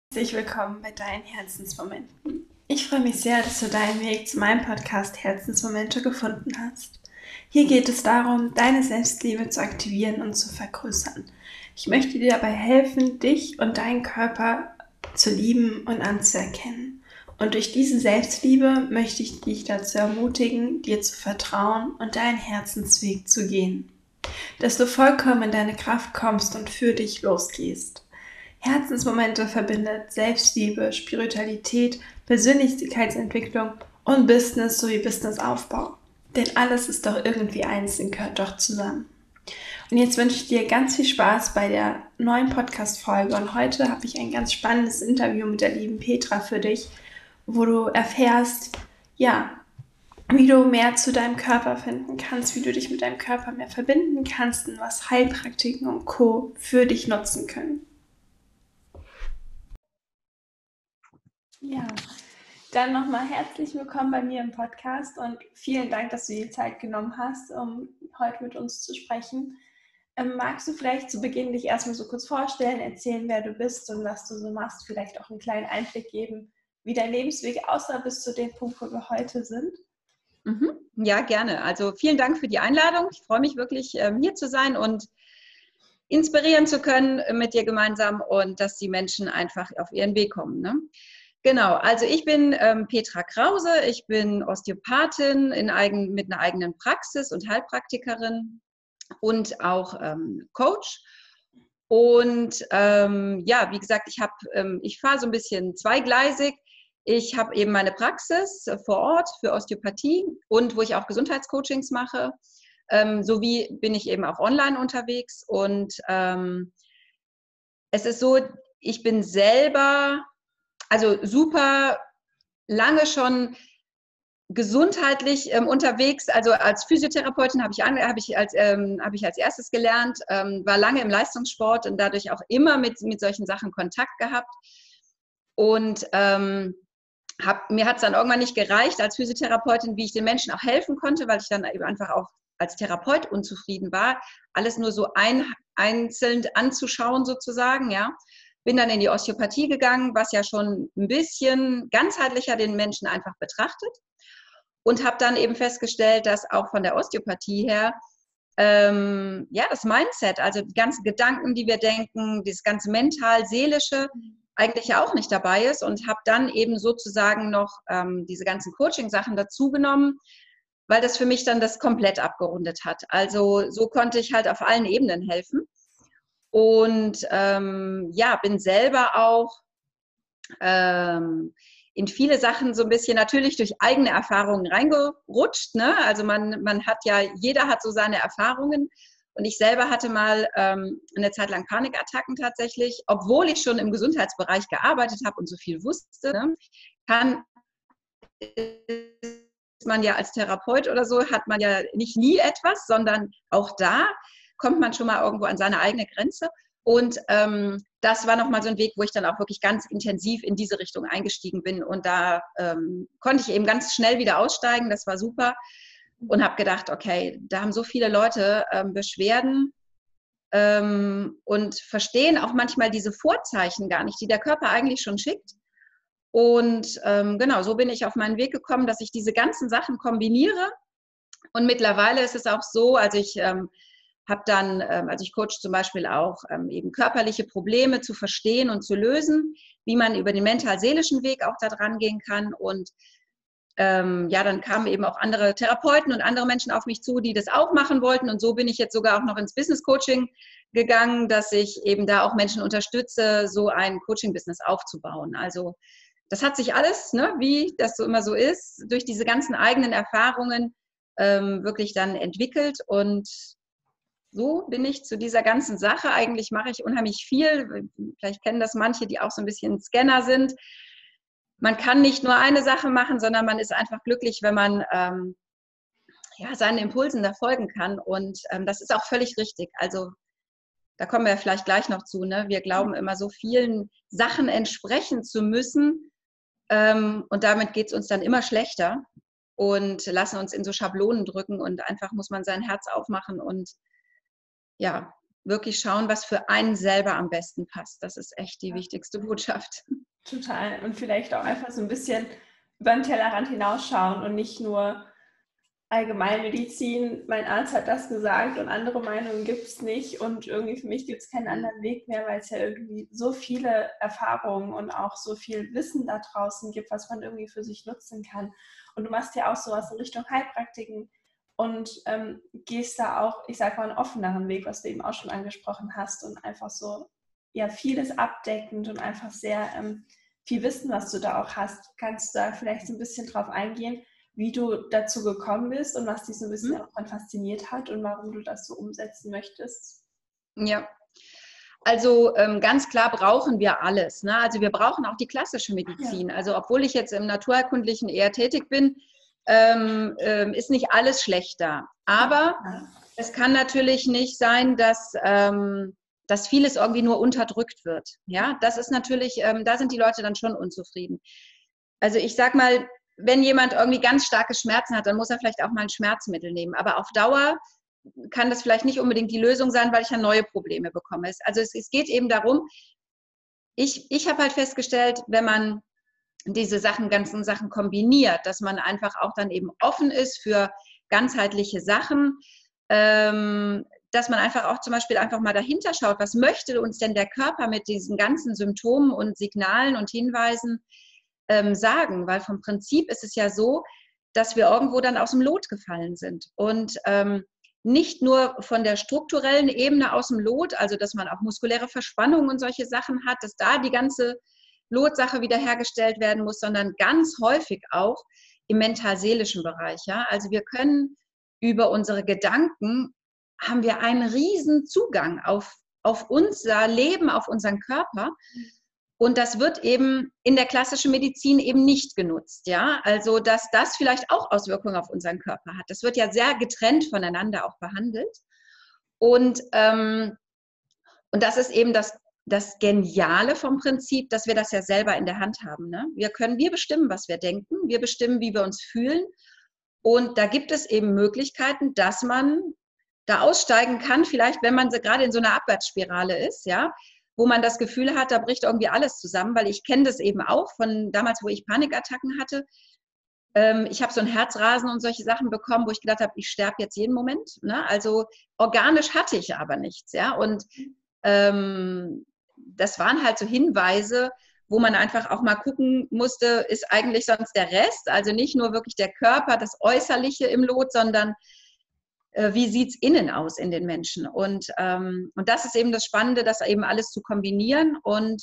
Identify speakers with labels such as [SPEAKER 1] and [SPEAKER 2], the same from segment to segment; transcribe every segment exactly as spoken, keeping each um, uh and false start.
[SPEAKER 1] Herzlich willkommen bei deinen Herzensmomenten. Ich freue mich sehr, dass du deinen Weg zu meinem Podcast Herzensmomente gefunden hast. Hier geht es darum, deine Selbstliebe zu aktivieren und zu vergrößern. Ich möchte dir dabei helfen, dich und deinen Körper zu lieben und anzuerkennen. Und durch diese Selbstliebe möchte ich dich dazu ermutigen, dir zu vertrauen und deinen Herzensweg zu gehen. Dass du vollkommen in deine Kraft kommst und für dich losgehst. Herzensmomente verbindet Selbstliebe, Spiritualität, Persönlichkeitsentwicklung und Business sowie Businessaufbau. Denn alles ist doch irgendwie eins und gehört doch zusammen. Und jetzt wünsche ich dir ganz viel Spaß bei der neuen Podcast-Folge. Und heute habe ich ein ganz spannendes Interview mit der lieben Petra für dich, wo du erfährst, ja, wie du mehr zu deinem Körper finden kannst, wie du dich mit deinem Körper mehr verbinden kannst und was Heilpraktiken und Co. für dich nutzen können. Ja, dann nochmal herzlich willkommen bei mir im Podcast und vielen Dank, dass du dir die Zeit genommen hast, um heute mit uns zu sprechen. Ähm, magst du vielleicht zu Beginn dich erstmal so kurz vorstellen, erzählen, wer du bist und was du so machst, vielleicht auch einen kleinen Einblick geben, wie dein Lebensweg aussah bis zu dem Punkt, wo wir heute sind?
[SPEAKER 2] Mhm. Ja, gerne. Also vielen Dank für die Einladung. Ich freue mich wirklich, hier zu sein und inspirieren zu können mit dir gemeinsam und dass die Menschen einfach auf ihren Weg kommen. Ne? Genau, also ich bin ähm, Petra Krause, ich bin Osteopathin in eigen, mit einer eigenen Praxis und Heilpraktikerin und auch ähm, Coach. Und ähm, ja, wie gesagt, ich, hab, ähm, ich fahre so ein bisschen zweigleisig. Ich habe eben meine Praxis vor Ort für Osteopathie und wo ich auch Gesundheitscoachings mache. Ähm, sowie bin ich eben auch online unterwegs. Und ähm, es ist so, ich bin selber, also super lange schon gesundheitlich ähm, unterwegs. Also als Physiotherapeutin habe ich, hab ich, als, ähm, hab ich als erstes gelernt, ähm, war lange im Leistungssport und dadurch auch immer mit, mit solchen Sachen Kontakt gehabt. Und ähm, hab, mir hat es dann irgendwann nicht gereicht als Physiotherapeutin, wie ich den Menschen auch helfen konnte, weil ich dann eben einfach auch als Therapeut unzufrieden war, alles nur so ein, einzeln anzuschauen sozusagen, ja. Bin dann in die Osteopathie gegangen, was ja schon ein bisschen ganzheitlicher den Menschen einfach betrachtet und habe dann eben festgestellt, dass auch von der Osteopathie her ähm, ja, das Mindset, also die ganzen Gedanken, die wir denken, dieses ganze mental-seelische, eigentlich ja auch nicht dabei ist und habe dann eben sozusagen noch ähm, diese ganzen Coaching-Sachen dazu genommen, weil das für mich dann das komplett abgerundet hat. Also so konnte ich halt auf allen Ebenen helfen und ähm, ja, bin selber auch ähm, in viele Sachen so ein bisschen natürlich durch eigene Erfahrungen reingerutscht. Ne? Also man, man hat ja, jeder hat so seine Erfahrungen. Und ich selber hatte mal ähm, eine Zeit lang Panikattacken tatsächlich, obwohl ich schon im Gesundheitsbereich gearbeitet habe und so viel wusste. Ne? Kann man ja als Therapeut oder so, hat man ja nicht nie etwas, sondern auch da kommt man schon mal irgendwo an seine eigene Grenze. Und ähm, das war nochmal so ein Weg, wo ich dann auch wirklich ganz intensiv in diese Richtung eingestiegen bin. Und da ähm, konnte ich eben ganz schnell wieder aussteigen. Das war super. Und habe gedacht, okay, da haben so viele Leute ähm, Beschwerden ähm, und verstehen auch manchmal diese Vorzeichen gar nicht, die der Körper eigentlich schon schickt. Und ähm, genau, so bin ich auf meinen Weg gekommen, dass ich diese ganzen Sachen kombiniere. Und mittlerweile ist es auch so, also ich ähm, habe dann, ähm, also ich coach zum Beispiel auch ähm, eben körperliche Probleme zu verstehen und zu lösen, wie man über den mental-seelischen Weg auch da dran gehen kann. Und ähm, ja, dann kamen eben auch andere Therapeuten und andere Menschen auf mich zu, die das auch machen wollten. Und so bin ich jetzt sogar auch noch ins Business Coaching gegangen, dass ich eben da auch Menschen unterstütze, so ein Coaching-Business aufzubauen. Also das hat sich alles, ne, wie das so immer so ist, durch diese ganzen eigenen Erfahrungen ähm, wirklich dann entwickelt. Und so bin ich zu dieser ganzen Sache. Eigentlich mache ich unheimlich viel. Vielleicht kennen das manche, die auch so ein bisschen Scanner sind. Man kann nicht nur eine Sache machen, sondern man ist einfach glücklich, wenn man ähm, ja, seinen Impulsen da folgen kann. Und ähm, das ist auch völlig richtig. Also da kommen wir vielleicht gleich noch zu. Ne? Wir glauben immer so vielen Sachen entsprechen zu müssen. Ähm, und damit geht es uns dann immer schlechter und lassen uns in so Schablonen drücken. Und einfach muss man sein Herz aufmachen und ja, wirklich schauen, was für einen selber am besten passt. Das ist echt die wichtigste Botschaft.
[SPEAKER 1] Total. Und vielleicht auch einfach so ein bisschen über den Tellerrand hinausschauen und nicht nur Allgemeinmedizin, mein Arzt hat das gesagt und andere Meinungen gibt es nicht und irgendwie für mich gibt es keinen anderen Weg mehr, weil es ja irgendwie so viele Erfahrungen und auch so viel Wissen da draußen gibt, was man irgendwie für sich nutzen kann. Und du machst ja auch sowas in Richtung Heilpraktiken und ähm, gehst da auch, ich sag mal, einen offeneren Weg, was du eben auch schon angesprochen hast und einfach so, ja, vieles abdeckend und einfach sehr ähm, viel Wissen, was du da auch hast. Kannst du da vielleicht so ein bisschen drauf eingehen, wie du dazu gekommen bist und was dich so ein bisschen
[SPEAKER 2] Hm?
[SPEAKER 1] auch daran fasziniert hat und warum du das so umsetzen möchtest?
[SPEAKER 2] Ja, also ähm, ganz klar brauchen wir alles. Ne? Also wir brauchen auch die klassische Medizin.
[SPEAKER 1] Ja.
[SPEAKER 2] Also obwohl ich jetzt im Naturheilkundlichen eher tätig bin, ähm, ähm, ist nicht alles schlecht da. Aber
[SPEAKER 1] Ja.
[SPEAKER 2] es kann natürlich nicht sein, dass, ähm, dass vieles irgendwie nur unterdrückt wird. Ja, das ist natürlich, ähm, da sind die Leute dann schon unzufrieden. Also ich sag mal, wenn jemand irgendwie ganz starke Schmerzen hat, dann muss er vielleicht auch mal ein Schmerzmittel nehmen. Aber auf Dauer kann das vielleicht nicht unbedingt die Lösung sein, weil ich ja neue Probleme bekomme. Also es, es geht eben darum, ich, ich habe halt festgestellt, wenn man diese Sachen, ganzen Sachen kombiniert, dass man einfach auch dann eben offen ist für ganzheitliche Sachen, ähm, dass man einfach auch zum Beispiel einfach mal dahinter schaut, was möchte uns denn der Körper mit diesen ganzen Symptomen und Signalen und Hinweisen ähm, sagen, weil vom Prinzip ist es ja so, dass wir irgendwo dann aus dem Lot gefallen sind und ähm, nicht nur von der strukturellen Ebene aus dem Lot, also dass man auch muskuläre Verspannungen und solche Sachen hat, dass da die ganze Lotsache wiederhergestellt werden muss, sondern ganz häufig auch im mental-seelischen Bereich. Ja? Also wir können über unsere Gedanken, haben wir einen riesen Zugang auf, auf unser Leben, auf unseren Körper. Und das wird eben in der klassischen Medizin eben nicht genutzt. Ja? Also dass das vielleicht auch Auswirkungen auf unseren Körper hat. Das wird ja sehr getrennt voneinander auch behandelt. Und, ähm, und das ist eben das das Geniale vom Prinzip, dass wir das ja selber in der Hand haben. Ne? Wir können, wir bestimmen, was wir denken, wir bestimmen, wie wir uns fühlen. Und da gibt es eben Möglichkeiten, dass man da aussteigen kann, vielleicht wenn man gerade in so einer Abwärtsspirale ist, ja, wo man das Gefühl hat, da bricht irgendwie alles zusammen, weil ich kenne das eben auch von damals, wo ich Panikattacken hatte. Ähm, ich habe so ein Herzrasen und solche Sachen bekommen, wo ich gedacht habe, ich sterbe jetzt jeden Moment. Ne? Also organisch hatte ich aber nichts, ja, und ähm, das waren halt so Hinweise, wo man einfach auch mal gucken musste, ist eigentlich sonst der Rest, also nicht nur wirklich der Körper, das Äußerliche im Lot, sondern äh, wie sieht es innen aus in den Menschen? Und, ähm, und das ist eben das Spannende, das eben alles zu kombinieren. Und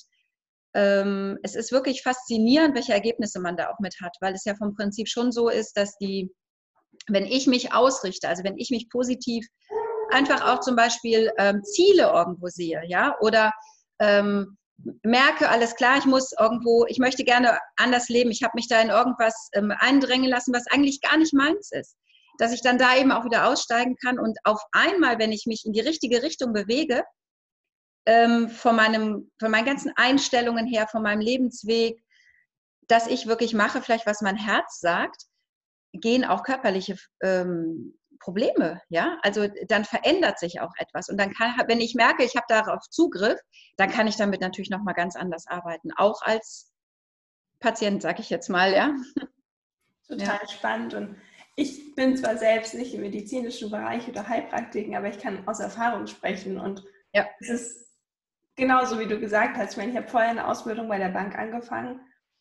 [SPEAKER 2] ähm, es ist wirklich faszinierend, welche Ergebnisse man da auch mit hat, weil es ja vom Prinzip schon so ist, dass die, wenn ich mich ausrichte, also wenn ich mich positiv einfach auch zum Beispiel ähm, Ziele irgendwo sehe, ja, oder ähm, merke, alles klar, ich muss irgendwo, ich möchte gerne anders leben, ich habe mich da in irgendwas ähm, eindrängen lassen, was eigentlich gar nicht meins ist, dass ich dann da eben auch wieder aussteigen kann und auf einmal, wenn ich mich in die richtige Richtung bewege, ähm, von, meinem, von meinen ganzen Einstellungen her, von meinem Lebensweg, dass ich wirklich mache, vielleicht was mein Herz sagt, gehen auch körperliche ähm, Probleme, ja, also dann verändert sich auch etwas und dann kann, wenn ich merke, ich habe darauf Zugriff, dann kann ich damit natürlich nochmal ganz anders arbeiten, auch als Patient, sage ich jetzt mal, ja.
[SPEAKER 1] Total ja. Spannend und ich bin zwar selbst nicht im medizinischen Bereich oder Heilpraktiken, aber ich kann aus Erfahrung sprechen und ja. Es ist genauso, wie du gesagt hast. Ich meine, ich habe vorher eine Ausbildung bei der Bank angefangen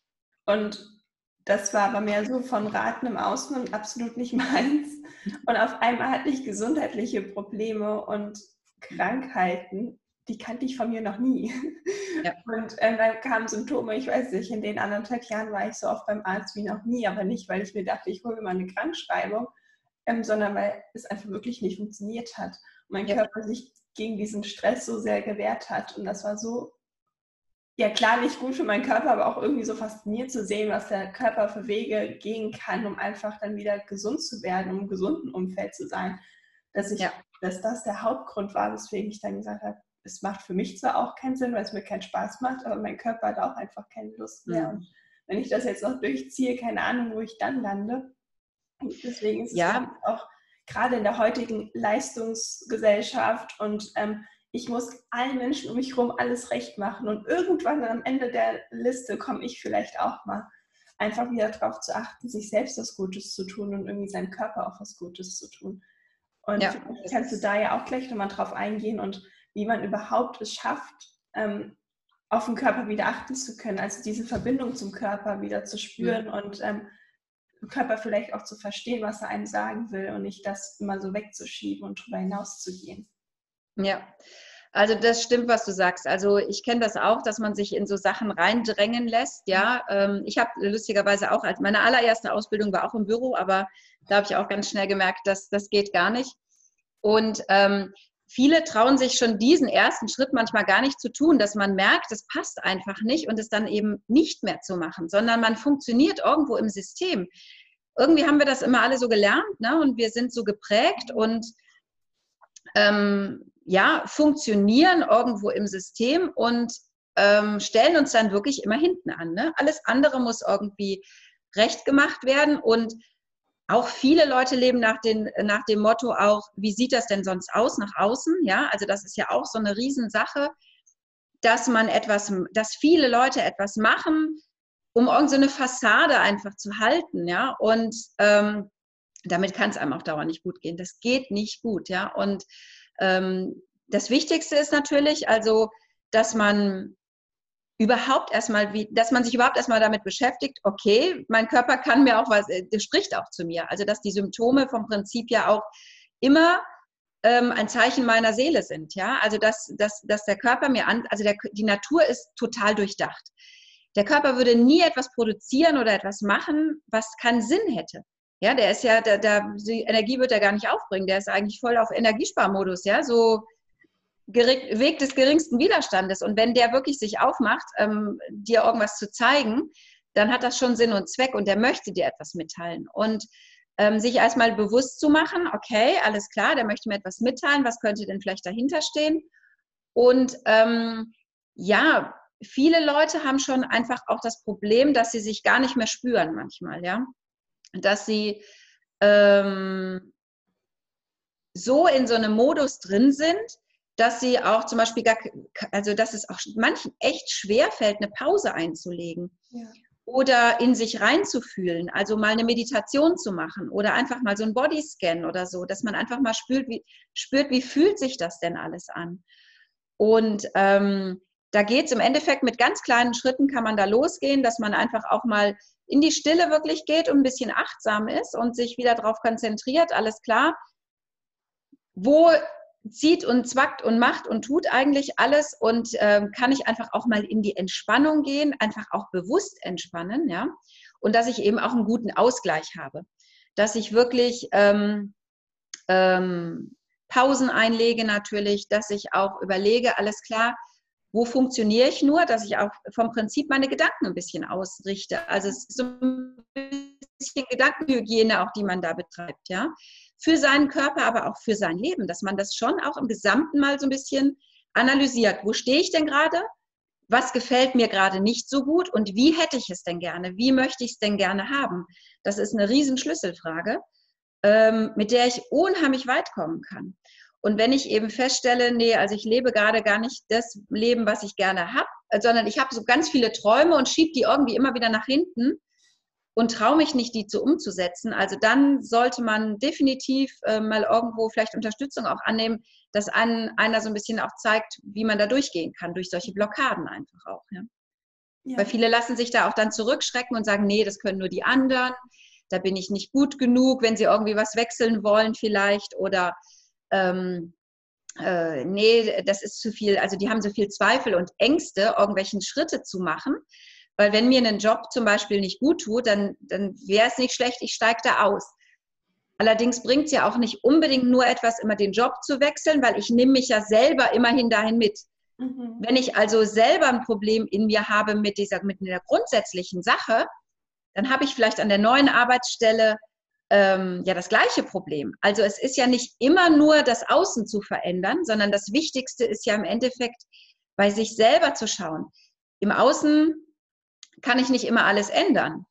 [SPEAKER 1] und das war aber mehr so von Raten im Außen und absolut nicht meins. Und auf einmal hatte ich gesundheitliche Probleme und Krankheiten, die kannte ich von mir noch nie. Ja. Und ähm, dann kamen Symptome, ich weiß nicht, in den anderthalb Jahren war ich so oft beim Arzt wie noch nie, aber nicht, weil ich mir dachte, ich hole mir mal eine Krankschreibung, ähm, sondern weil es einfach wirklich nicht funktioniert hat. Und mein ja. Körper sich gegen diesen Stress so sehr gewehrt hat. Und das war so, ja klar, nicht gut für meinen Körper, aber auch irgendwie so faszinierend zu sehen, was der Körper für Wege gehen kann, um einfach dann wieder gesund zu werden, um im gesunden Umfeld zu sein. Dass, ich, ja. dass das der Hauptgrund war, weswegen ich dann gesagt habe, es macht für mich zwar auch keinen Sinn, weil es mir keinen Spaß macht, aber mein Körper hat auch einfach keine Lust mehr. Mhm. Und wenn ich das jetzt noch durchziehe, keine Ahnung, wo ich dann lande. Und deswegen ist es ja. auch gerade in der heutigen Leistungsgesellschaft und ähm, ich muss allen Menschen um mich herum alles recht machen und irgendwann am Ende der Liste komme ich vielleicht auch mal. Einfach wieder darauf zu achten, sich selbst was Gutes zu tun und irgendwie seinem Körper auch was Gutes zu tun. Und
[SPEAKER 2] Ja,
[SPEAKER 1] vielleicht kannst du da ja auch gleich nochmal drauf eingehen und wie man überhaupt es schafft, ähm, auf den Körper wieder achten zu können, also diese Verbindung zum Körper wieder zu spüren mhm. und ähm, den Körper vielleicht auch zu verstehen, was er einem sagen will und nicht das immer so wegzuschieben und drüber hinaus zu gehen.
[SPEAKER 2] Ja, also das stimmt, was du sagst. Also ich kenne das auch, dass man sich in so Sachen reindrängen lässt. Ja, ähm, ich habe lustigerweise auch, als meine allererste Ausbildung war auch im Büro, aber da habe ich auch ganz schnell gemerkt, dass das geht gar nicht. Und ähm, viele trauen sich schon diesen ersten Schritt manchmal gar nicht zu tun, dass man merkt, das passt einfach nicht und es dann eben nicht mehr zu machen, sondern man funktioniert irgendwo im System. Irgendwie haben wir das immer alle so gelernt, ne? Und wir sind so geprägt und ähm, ja, funktionieren irgendwo im System und ähm, stellen uns dann wirklich immer hinten an. Ne? Alles andere muss irgendwie recht gemacht werden und auch viele Leute leben nach, den, nach dem Motto auch, wie sieht das denn sonst aus nach außen? Ja, also das ist ja auch so eine Riesensache, dass man etwas, dass viele Leute etwas machen, um irgendeine Fassade einfach zu halten, ja, und ähm, damit kann es einem auf Dauer nicht gut gehen. Das geht nicht gut, ja, und ähm, das Wichtigste ist natürlich, also, dass man überhaupt erstmal, wie, dass man sich überhaupt erstmal damit beschäftigt, okay, mein Körper kann mir auch was, der spricht auch zu mir. Also, dass die Symptome vom Prinzip ja auch immer ähm, ein Zeichen meiner Seele sind, ja. Also, dass, dass, dass der Körper mir an, also der, die Natur ist total durchdacht. Der Körper würde nie etwas produzieren oder etwas machen, was keinen Sinn hätte. Ja, der ist ja, der, der, die Energie wird er gar nicht aufbringen. Der ist eigentlich voll auf Energiesparmodus, ja, so Weg des geringsten Widerstandes. Und wenn der wirklich sich aufmacht, ähm, dir irgendwas zu zeigen, dann hat das schon Sinn und Zweck und der möchte dir etwas mitteilen. Und ähm, sich erstmal bewusst zu machen, okay, alles klar, der möchte mir etwas mitteilen, was könnte denn vielleicht dahinter stehen? Und ähm, ja, viele Leute haben schon einfach auch das Problem, dass sie sich gar nicht mehr spüren manchmal, ja. Dass sie ähm, so in so einem Modus drin sind, dass sie auch zum Beispiel, gar, also dass es auch manchen echt schwer fällt, eine Pause einzulegen. Ja. Oder in sich reinzufühlen, also mal eine Meditation zu machen oder einfach mal so ein Bodyscan oder so, dass man einfach mal spürt, wie, spürt, wie fühlt sich das denn alles an. Und ähm, da geht es im Endeffekt mit ganz kleinen Schritten, kann man da losgehen, dass man einfach auch mal in die Stille wirklich geht und ein bisschen achtsam ist und sich wieder darauf konzentriert, alles klar, wo zieht und zwackt und macht und tut eigentlich alles und ähm, kann ich einfach auch mal in die Entspannung gehen, einfach auch bewusst entspannen, ja, und dass ich eben auch einen guten Ausgleich habe, dass ich wirklich ähm, ähm, Pausen einlege natürlich, dass ich auch überlege, alles klar, wo funktioniere ich nur, dass ich auch vom Prinzip meine Gedanken ein bisschen ausrichte, also es ist so ein bisschen Gedankenhygiene auch, die man da betreibt, ja, für seinen Körper, aber auch für sein Leben, dass man das schon auch im Gesamten mal so ein bisschen analysiert. Wo stehe ich denn gerade? Was gefällt mir gerade nicht so gut? Und wie hätte ich es denn gerne? Wie möchte ich es denn gerne haben? Das ist eine riesen Schlüsselfrage, ähm, mit der ich unheimlich weit kommen kann. Und wenn ich eben feststelle, nee, also ich lebe gerade gar nicht das Leben, was ich gerne habe, sondern ich habe so ganz viele Träume und schiebe die irgendwie immer wieder nach hinten, und traue mich nicht, die zu umzusetzen, also dann sollte man definitiv äh, mal irgendwo vielleicht Unterstützung auch annehmen, dass einen, einer so ein bisschen auch zeigt, wie man da durchgehen kann, durch solche Blockaden einfach auch. Ja? Ja. Weil viele lassen sich da auch dann zurückschrecken und sagen, nee, das können nur die anderen, da bin ich nicht gut genug, wenn sie irgendwie was wechseln wollen vielleicht oder ähm, äh, nee, das ist zu viel, also die haben so viel Zweifel und Ängste, irgendwelchen Schritte zu machen. Weil wenn mir ein Job zum Beispiel nicht gut tut, dann, dann wäre es nicht schlecht, ich steige da aus. Allerdings bringt es ja auch nicht unbedingt nur etwas, immer den Job zu wechseln, weil ich nehme mich ja selber immerhin dahin mit. Mhm. Wenn ich also selber ein Problem in mir habe mit dieser, mit einer grundsätzlichen Sache, dann habe ich vielleicht an der neuen Arbeitsstelle ähm, ja das gleiche Problem. Also es ist ja nicht immer nur das Außen zu verändern, sondern das Wichtigste ist ja im Endeffekt, bei sich selber zu schauen. Im Außen kann ich nicht immer alles ändern.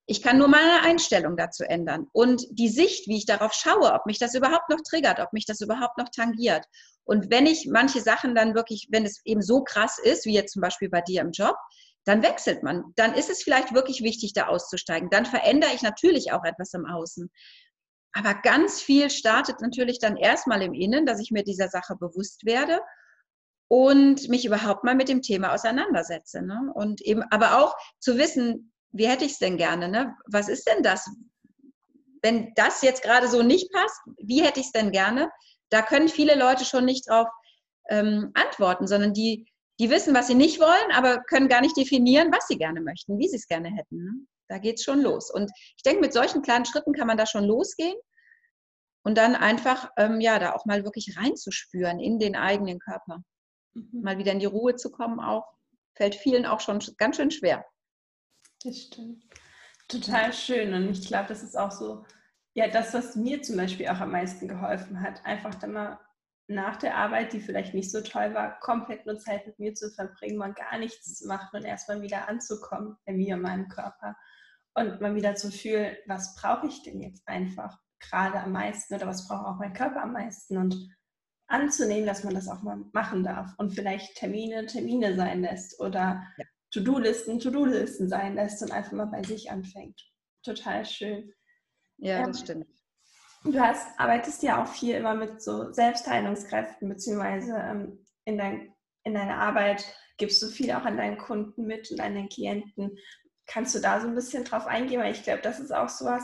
[SPEAKER 2] Ich kann nur meine Einstellung dazu ändern und die Sicht, wie ich darauf schaue, ob mich das überhaupt noch triggert, ob mich das überhaupt noch tangiert. Und wenn ich manche Sachen dann wirklich, wenn es eben so krass ist, wie jetzt zum Beispiel bei dir im Job, dann wechselt man. Dann ist es vielleicht wirklich wichtig, da auszusteigen. Dann verändere ich natürlich auch etwas im Außen. Aber ganz viel startet natürlich dann erstmal im Innen, dass ich mir dieser Sache bewusst werde und mich überhaupt mal mit dem Thema auseinandersetze. Ne? Und eben, aber auch zu wissen, wie hätte ich es denn gerne? Ne? Was ist denn das? Wenn das jetzt gerade so nicht passt, wie hätte ich es denn gerne? Da können viele Leute schon nicht drauf ähm, antworten, sondern die, die wissen, was sie nicht wollen, aber können gar nicht definieren, was sie gerne möchten, wie sie es gerne hätten. Ne? Da geht es schon los. Und ich denke, mit solchen kleinen Schritten kann man da schon losgehen und dann einfach, ähm, ja, da auch mal wirklich reinzuspüren in den eigenen Körper. Mhm. Mal wieder in die Ruhe zu kommen auch, fällt vielen auch schon ganz schön schwer.
[SPEAKER 1] Das stimmt. Total schön. Und ich glaube, das ist auch so, ja, das, was mir zum Beispiel auch am meisten geholfen hat, einfach dann mal nach der Arbeit, die vielleicht nicht so toll war, komplett nur Zeit mit mir zu verbringen und gar nichts zu machen und erstmal wieder anzukommen bei mir und meinem Körper. Und mal wieder zu fühlen, was brauche ich denn jetzt einfach gerade am meisten oder was braucht auch mein Körper am meisten und anzunehmen, dass man das auch mal machen darf und vielleicht Termine Termine sein lässt oder ja. To-Do-Listen To-Do-Listen sein lässt und einfach mal bei sich anfängt. Total schön.
[SPEAKER 2] Ja, das ähm, stimmt.
[SPEAKER 1] Du hast, arbeitest ja auch viel immer mit so Selbstheilungskräften, beziehungsweise ähm, in, dein, in deiner Arbeit gibst du viel auch an deinen Kunden mit und an den Klienten. Kannst du da so ein bisschen drauf eingehen? Weil ich glaube, das ist auch sowas,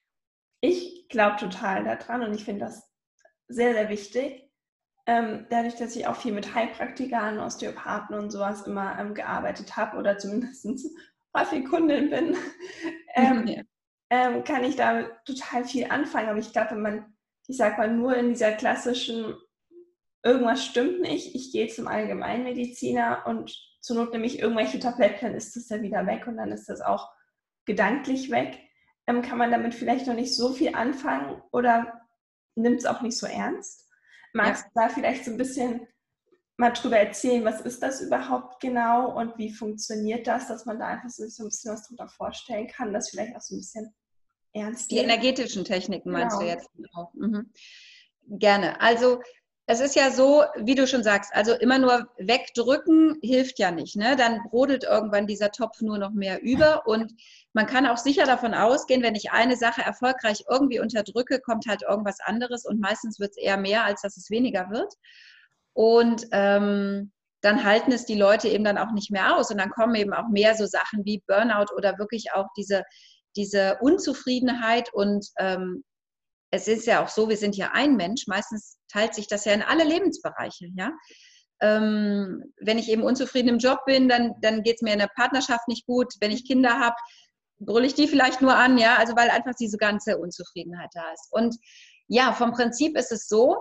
[SPEAKER 1] ich glaube total daran und ich finde das sehr, sehr wichtig. Ähm, dadurch, dass ich auch viel mit Heilpraktikern, Osteopathen und sowas immer ähm, gearbeitet habe oder zumindest häufig Kundin bin, ähm, ja. ähm, kann ich da total viel anfangen. Aber ich glaube, wenn man, ich sag mal, nur in dieser klassischen, irgendwas stimmt nicht, ich gehe zum Allgemeinmediziner und zur Not nehme ich irgendwelche Tabletten, dann ist das ja wieder weg und dann ist das auch gedanklich weg. Ähm, kann man damit vielleicht noch nicht so viel anfangen oder nimmt es auch nicht so ernst? Magst du ja. da vielleicht so ein bisschen mal drüber erzählen, was ist das überhaupt genau und wie funktioniert das, dass man da einfach so, so ein bisschen was drunter vorstellen kann, das vielleicht auch so ein bisschen ernst
[SPEAKER 2] Die
[SPEAKER 1] nehmen?
[SPEAKER 2] energetischen Techniken meinst genau. du jetzt? Auch. Mhm. Gerne. Also es ist ja so, wie du schon sagst, also immer nur wegdrücken hilft ja nicht. Ne? Dann brodelt irgendwann dieser Topf nur noch mehr über und man kann auch sicher davon ausgehen, wenn ich eine Sache erfolgreich irgendwie unterdrücke, kommt halt irgendwas anderes und meistens wird es eher mehr, als dass es weniger wird. Und ähm, dann halten es die Leute eben dann auch nicht mehr aus und dann kommen eben auch mehr so Sachen wie Burnout oder wirklich auch diese, diese Unzufriedenheit und ähm, es ist ja auch so, wir sind ja ein Mensch, meistens teilt sich das ja in alle Lebensbereiche, ja. Ähm, wenn ich eben unzufrieden im Job bin, dann, dann geht es mir in der Partnerschaft nicht gut. Wenn ich Kinder habe, brülle ich die vielleicht nur an, ja, also weil einfach diese ganze Unzufriedenheit da ist. Und ja, vom Prinzip ist es so,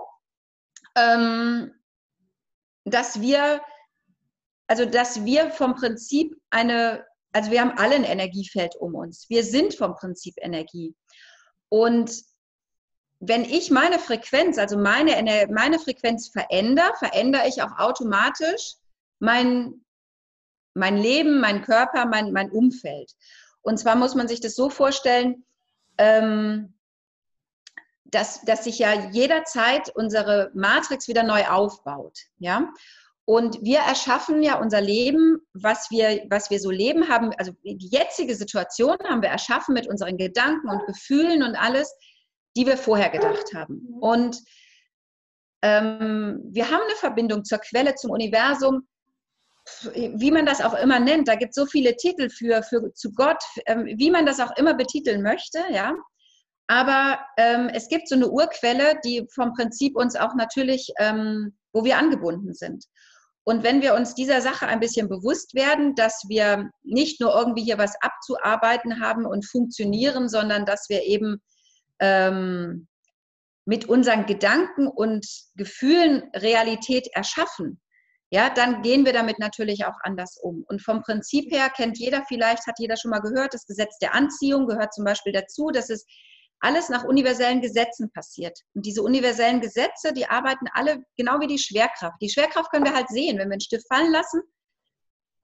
[SPEAKER 2] ähm, dass wir, also dass wir vom Prinzip eine, also wir haben alle ein Energiefeld um uns. Wir sind vom Prinzip Energie. Und wenn ich meine Frequenz, also meine, meine Frequenz verändere, verändere ich auch automatisch mein, mein Leben, mein Körper, mein, mein Umfeld. Und zwar muss man sich das so vorstellen, ähm, dass, dass sich ja jederzeit unsere Matrix wieder neu aufbaut. Ja? Und wir erschaffen ja unser Leben, was wir, was wir so leben haben, also die jetzige Situation haben wir erschaffen mit unseren Gedanken und Gefühlen und alles, die wir vorher gedacht haben. Und ähm, wir haben eine Verbindung zur Quelle, zum Universum, wie man das auch immer nennt. Da gibt es so viele Titel für, für zu Gott, ähm, wie man das auch immer betiteln möchte, ja. Aber ähm, es gibt so eine Urquelle, die vom Prinzip uns auch natürlich, ähm, wo wir angebunden sind. Und wenn wir uns dieser Sache ein bisschen bewusst werden, dass wir nicht nur irgendwie hier was abzuarbeiten haben und funktionieren, sondern dass wir eben ähm, mit unseren Gedanken und Gefühlen Realität erschaffen, ja, dann gehen wir damit natürlich auch anders um. Und vom Prinzip her kennt jeder vielleicht, hat jeder schon mal gehört, das Gesetz der Anziehung gehört zum Beispiel dazu, dass es alles nach universellen Gesetzen passiert. Und diese universellen Gesetze, die arbeiten alle genau wie die Schwerkraft. Die Schwerkraft können wir halt sehen. Wenn wir einen Stift fallen lassen,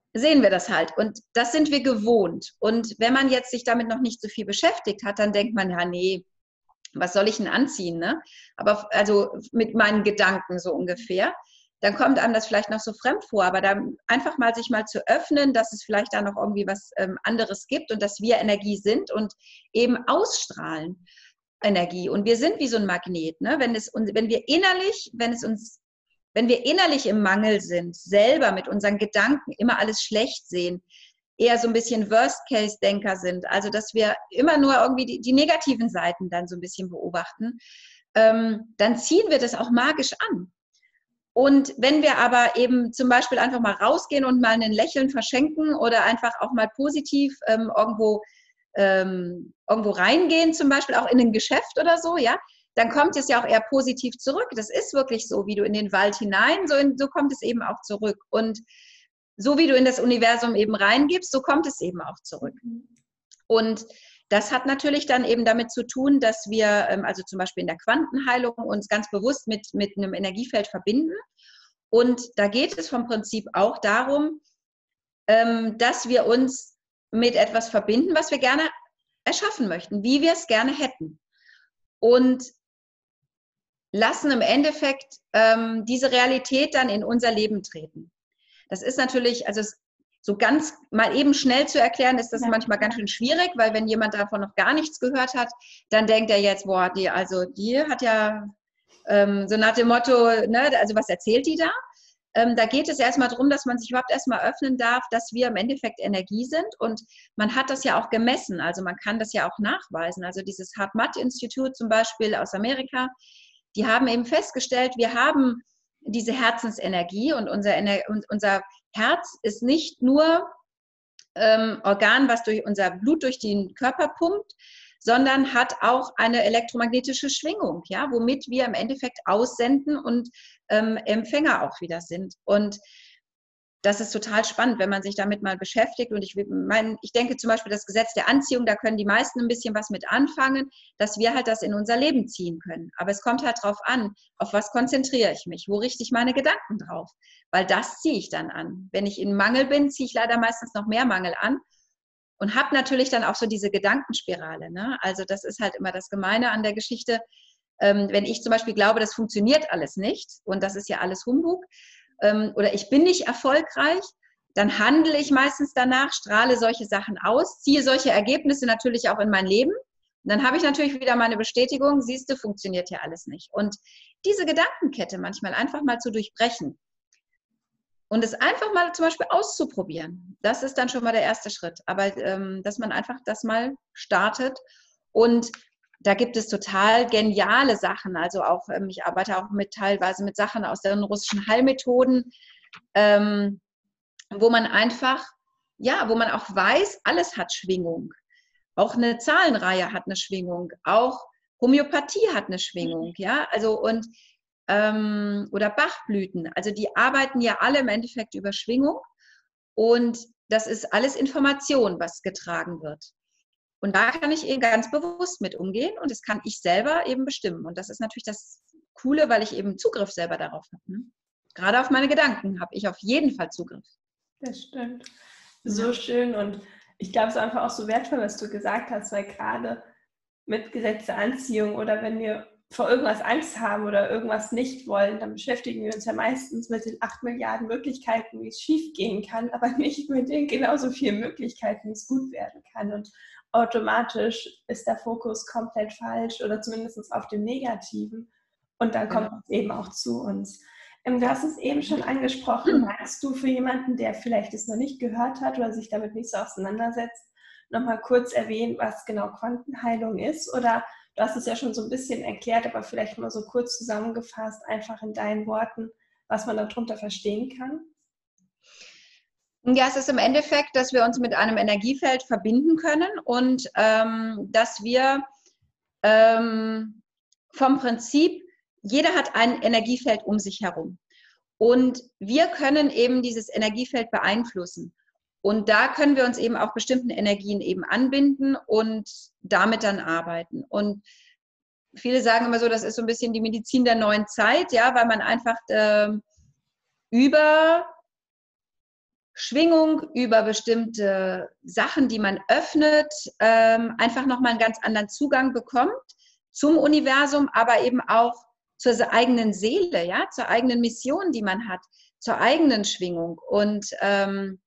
[SPEAKER 2] sehen wir das halt. Und das sind wir gewohnt. Und wenn man jetzt sich damit noch nicht so viel beschäftigt hat, dann denkt man, ja, nee, was soll ich denn anziehen? Ne? Aber also mit meinen Gedanken so ungefähr. Dann kommt einem das vielleicht noch so fremd vor. Aber dann einfach mal sich mal zu öffnen, dass es vielleicht da noch irgendwie was ähm, anderes gibt und dass wir Energie sind und eben ausstrahlen Energie. Und wir sind wie so ein Magnet. Ne? Wenn es, wenn wir innerlich, wenn es uns Wenn wir innerlich im Mangel sind, selber mit unseren Gedanken immer alles schlecht sehen, eher so ein bisschen Worst-Case-Denker sind, also dass wir immer nur irgendwie die, die negativen Seiten dann so ein bisschen beobachten, ähm, dann ziehen wir das auch magisch an. Und wenn wir aber eben zum Beispiel einfach mal rausgehen und mal ein Lächeln verschenken oder einfach auch mal positiv ähm, irgendwo, ähm, irgendwo reingehen, zum Beispiel auch in ein Geschäft oder so, ja, dann kommt es ja auch eher positiv zurück. Das ist wirklich so, wie du in den Wald hinein, so, in, so kommt es eben auch zurück. Und so wie du in das Universum eben reingibst, so kommt es eben auch zurück. Und das hat natürlich dann eben damit zu tun, dass wir, also zum Beispiel in der Quantenheilung, uns ganz bewusst mit, mit einem Energiefeld verbinden. Und da geht es vom Prinzip auch darum, dass wir uns mit etwas verbinden, was wir gerne erschaffen möchten, wie wir es gerne hätten. Und lassen im Endeffekt ähm, diese Realität dann in unser Leben treten. Das ist natürlich, also so ganz mal eben schnell zu erklären, ist das ja manchmal ganz schön schwierig, weil wenn jemand davon noch gar nichts gehört hat, dann denkt er jetzt, boah, die, also die hat ja ähm, so nach dem Motto, ne, also was erzählt die da? Ähm, da geht es erstmal darum, dass man sich überhaupt erstmal öffnen darf, dass wir im Endeffekt Energie sind und man hat das ja auch gemessen, also man kann das ja auch nachweisen. Also dieses HeartMath-Institut zum Beispiel aus Amerika, die haben eben festgestellt, wir haben diese Herzensenergie und unser, Ener und unser Herz ist nicht nur ähm, Organ, was durch unser Blut durch den Körper pumpt, sondern hat auch eine elektromagnetische Schwingung, ja, womit wir im Endeffekt aussenden und ähm, Empfänger auch wieder sind. Und das ist total spannend, wenn man sich damit mal beschäftigt. Und ich, mein, ich denke zum Beispiel das Gesetz der Anziehung, da können die meisten ein bisschen was mit anfangen, dass wir halt das in unser Leben ziehen können. Aber es kommt halt drauf an, auf was konzentriere ich mich, wo richte ich meine Gedanken drauf, weil das ziehe ich dann an. Wenn ich in Mangel bin, ziehe ich leider meistens noch mehr Mangel an und habe natürlich dann auch so diese Gedankenspirale. Ne? Also das ist halt immer das Gemeine an der Geschichte. Ähm, wenn ich zum Beispiel glaube, das funktioniert alles nicht und das ist ja alles Humbug, oder ich bin nicht erfolgreich, dann handle ich meistens danach, strahle solche Sachen aus, ziehe solche Ergebnisse natürlich auch in mein Leben. Und dann habe ich natürlich wieder meine Bestätigung, siehst du, funktioniert ja alles nicht. Und diese Gedankenkette manchmal einfach mal zu durchbrechen und es einfach mal zum Beispiel auszuprobieren, das ist dann schon mal der erste Schritt. Aber ähm, dass man einfach das mal startet und da gibt es total geniale Sachen, also auch, ich arbeite auch mit teilweise mit Sachen aus den russischen Heilmethoden, ähm, wo man einfach, ja, wo man auch weiß, alles hat Schwingung. Auch eine Zahlenreihe hat eine Schwingung, auch Homöopathie hat eine Schwingung, ja, also und, ähm, oder Bachblüten, also die arbeiten ja alle im Endeffekt über Schwingung und das ist alles Information, was getragen wird. Und da kann ich eben ganz bewusst mit umgehen und das kann ich selber eben bestimmen. Und das ist natürlich das Coole, weil ich eben Zugriff selber darauf habe. Ne? Gerade auf meine Gedanken habe ich auf jeden Fall Zugriff.
[SPEAKER 1] Das stimmt. So ja. Schön und ich glaube, es ist einfach auch so wertvoll, was du gesagt hast, weil gerade mit Gesetz der Anziehung oder wenn wir vor irgendwas Angst haben oder irgendwas nicht wollen, dann beschäftigen wir uns ja meistens mit den acht Milliarden Möglichkeiten, wie es schief gehen kann, aber nicht mit den genauso vielen Möglichkeiten, wie es gut werden kann. Und automatisch ist der Fokus komplett falsch oder zumindest auf dem Negativen und dann kommt es eben auch zu uns. Du hast es eben schon angesprochen, magst du für jemanden, der vielleicht es noch nicht gehört hat oder sich damit nicht so auseinandersetzt, nochmal kurz erwähnen, was genau Quantenheilung ist? Oder du hast es ja schon so ein bisschen erklärt, aber vielleicht mal so kurz zusammengefasst, einfach in deinen Worten, was man darunter verstehen kann?
[SPEAKER 2] Ja, es ist im Endeffekt, dass wir uns mit einem Energiefeld verbinden können und ähm, dass wir ähm, vom Prinzip, jeder hat ein Energiefeld um sich herum und wir können eben dieses Energiefeld beeinflussen und da können wir uns eben auch bestimmten Energien eben anbinden und damit dann arbeiten und viele sagen immer so, das ist so ein bisschen die Medizin der neuen Zeit, ja, weil man einfach äh, über Schwingung, über bestimmte Sachen, die man öffnet, ähm, einfach nochmal einen ganz anderen Zugang bekommt zum Universum, aber eben auch zur eigenen Seele, ja, zur eigenen Mission, die man hat, zur eigenen Schwingung. Und ähm,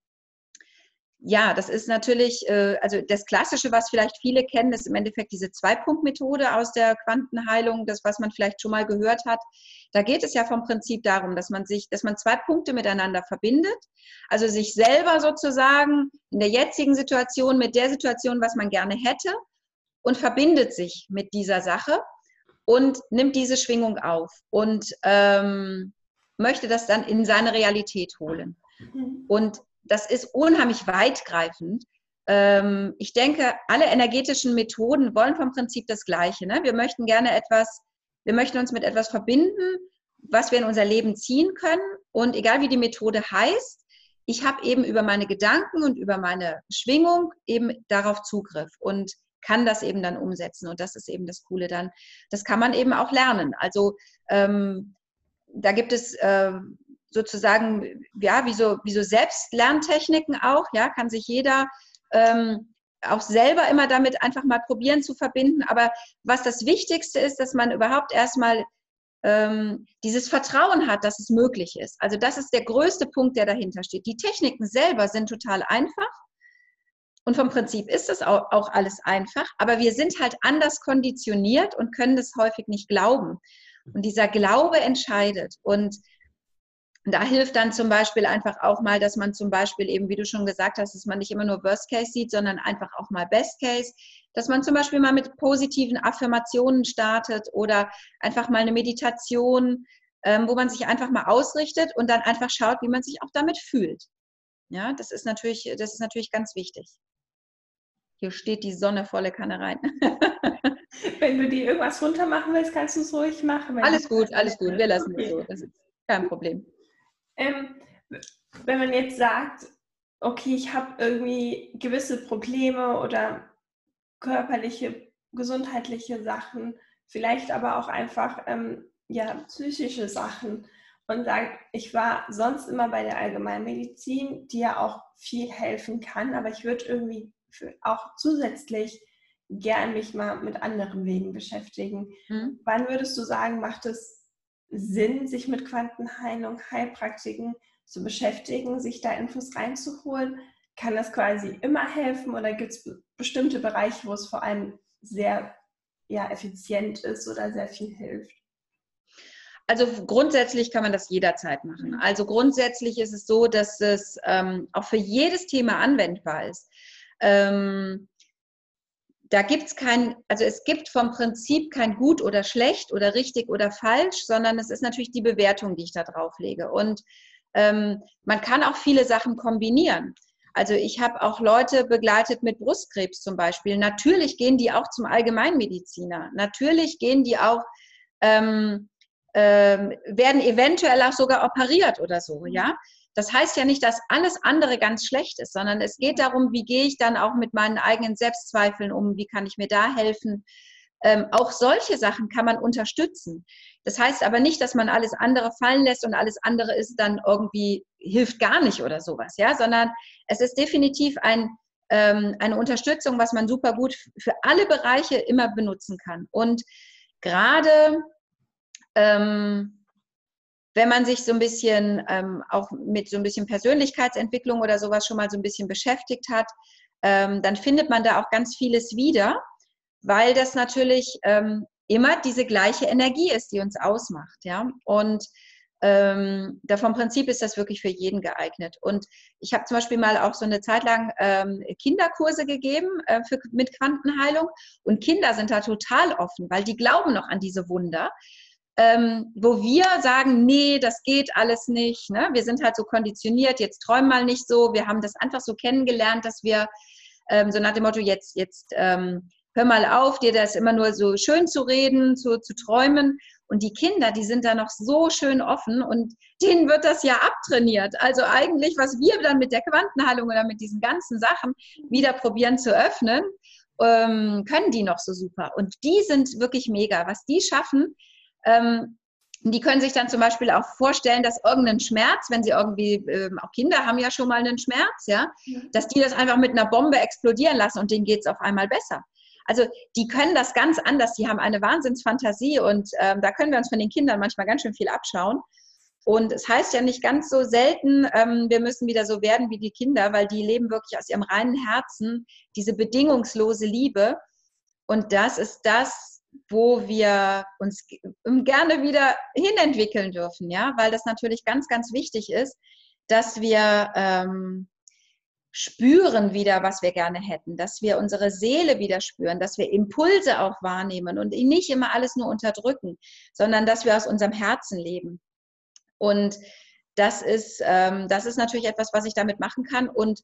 [SPEAKER 2] ja, das ist natürlich, äh, also das Klassische, was vielleicht viele kennen, ist im Endeffekt diese Zwei-Punkt-Methode aus der Quantenheilung, das, was man vielleicht schon mal gehört hat. Da geht es ja vom Prinzip darum, dass man sich, dass man zwei Punkte miteinander verbindet, also sich selber sozusagen in der jetzigen Situation mit der Situation, was man gerne hätte, und verbindet sich mit dieser Sache und nimmt diese Schwingung auf und ähm, möchte das dann in seine Realität holen. Und das ist unheimlich weitgreifend. Ähm, ich denke, alle energetischen Methoden wollen vom Prinzip das Gleiche. Ne? Wir möchten gerne etwas, wir möchten uns mit etwas verbinden, was wir in unser Leben ziehen können. Und egal wie die Methode heißt, ich habe eben über meine Gedanken und über meine Schwingung eben darauf Zugriff und kann das eben dann umsetzen. Und das ist eben das Coole dann. Das kann man eben auch lernen. Also ähm, da gibt es äh, sozusagen, ja, wie so, wie so Selbstlerntechniken auch, ja, kann sich jeder ähm, auch selber immer damit einfach mal probieren zu verbinden. Aber was das Wichtigste ist, dass man überhaupt erstmal ähm, dieses Vertrauen hat, dass es möglich ist. Also das ist der größte Punkt, der dahinter steht. Die Techniken selber sind total einfach. Und vom Prinzip ist das auch, auch alles einfach, aber wir sind halt anders konditioniert und können das häufig nicht glauben. Und dieser Glaube entscheidet. Und da hilft dann zum Beispiel einfach auch mal, dass man zum Beispiel eben, wie du schon gesagt hast, dass man nicht immer nur Worst Case sieht, sondern einfach auch mal Best Case. Dass man zum Beispiel mal mit positiven Affirmationen startet oder einfach mal eine Meditation, ähm, wo man sich einfach mal ausrichtet und dann einfach schaut, wie man sich auch damit fühlt. Ja, das ist natürlich, das ist natürlich ganz wichtig. Hier steht die Sonne volle Kanne rein.
[SPEAKER 1] Wenn du dir irgendwas runter machen willst, kannst du es ruhig machen.
[SPEAKER 2] Alles gut, alles gut. Wir lassen es so. Das ist kein Problem.
[SPEAKER 1] Ähm, wenn man jetzt sagt, okay, ich habe irgendwie gewisse Probleme oder körperliche, gesundheitliche Sachen, vielleicht aber auch einfach ähm, ja, psychische Sachen und sagt, ich war sonst immer bei der Allgemeinmedizin, die ja auch viel helfen kann, aber ich würde irgendwie für, auch zusätzlich gern mich mal mit anderen Wegen beschäftigen. Mhm. Wann würdest du sagen, macht es Sinn, sich mit Quantenheilung, Heilpraktiken zu beschäftigen, sich da Infos reinzuholen? Kann das quasi immer helfen oder gibt es bestimmte Bereiche, wo es vor allem sehr ja, effizient ist oder sehr viel hilft?
[SPEAKER 2] Also grundsätzlich kann man das jederzeit machen. Also grundsätzlich ist es so, dass es ähm, auch für jedes Thema anwendbar ist. Ähm, Da gibt es kein, also es gibt vom Prinzip kein gut oder schlecht oder richtig oder falsch, sondern es ist natürlich die Bewertung, die ich da drauf lege. Und ähm, man kann auch viele Sachen kombinieren. Also ich habe auch Leute begleitet mit Brustkrebs zum Beispiel. Natürlich gehen die auch zum Allgemeinmediziner. Natürlich gehen die auch, ähm, ähm, werden eventuell auch sogar operiert oder so, ja. Das heißt ja nicht, dass alles andere ganz schlecht ist, sondern es geht darum, wie gehe ich dann auch mit meinen eigenen Selbstzweifeln um, wie kann ich mir da helfen. Ähm, auch solche Sachen kann man unterstützen. Das heißt aber nicht, dass man alles andere fallen lässt und alles andere ist dann irgendwie, hilft gar nicht oder sowas, ja, sondern es ist definitiv ein, ähm, eine Unterstützung, was man super gut für alle Bereiche immer benutzen kann. Und gerade ähm, wenn man sich so ein bisschen ähm, auch mit so ein bisschen Persönlichkeitsentwicklung oder sowas schon mal so ein bisschen beschäftigt hat, ähm, dann findet man da auch ganz vieles wieder, weil das natürlich ähm, immer diese gleiche Energie ist, die uns ausmacht, ja. Und ähm, da vom Prinzip ist das wirklich für jeden geeignet. Und ich habe zum Beispiel mal auch so eine Zeit lang ähm, Kinderkurse gegeben äh, für, mit Quantenheilung und Kinder sind da total offen, weil die glauben noch an diese Wunder. Ähm, wo wir sagen, nee, das geht alles nicht. Ne? Wir sind halt so konditioniert, jetzt träum mal nicht so. Wir haben das einfach so kennengelernt, dass wir ähm, so nach dem Motto, jetzt, jetzt ähm, hör mal auf, dir das immer nur so schön zu reden, zu, zu träumen. Und die Kinder, die sind da noch so schön offen und denen wird das ja abtrainiert. Also eigentlich, was wir dann mit der Quantenheilung oder mit diesen ganzen Sachen wieder probieren zu öffnen, ähm, können die noch so super. Und die sind wirklich mega. Was die schaffen, Ähm, Die können sich dann zum Beispiel auch vorstellen, dass irgendein Schmerz, wenn sie irgendwie, ähm, auch Kinder haben ja schon mal einen Schmerz, ja, dass die das einfach mit einer Bombe explodieren lassen und denen geht es auf einmal besser. Also die können das ganz anders, die haben eine Wahnsinnsfantasie und ähm, da können wir uns von den Kindern manchmal ganz schön viel abschauen. Und es heißt ja nicht ganz so selten, ähm, wir müssen wieder so werden wie die Kinder, weil die leben wirklich aus ihrem reinen Herzen diese bedingungslose Liebe. Und das ist das, wo wir uns gerne wieder hinentwickeln dürfen, ja, weil das natürlich ganz, ganz wichtig ist, dass wir ähm, spüren wieder, was wir gerne hätten, dass wir unsere Seele wieder spüren, dass wir Impulse auch wahrnehmen und nicht immer alles nur unterdrücken, sondern dass wir aus unserem Herzen leben. Und das ist, ähm, das ist natürlich etwas, was ich damit machen kann und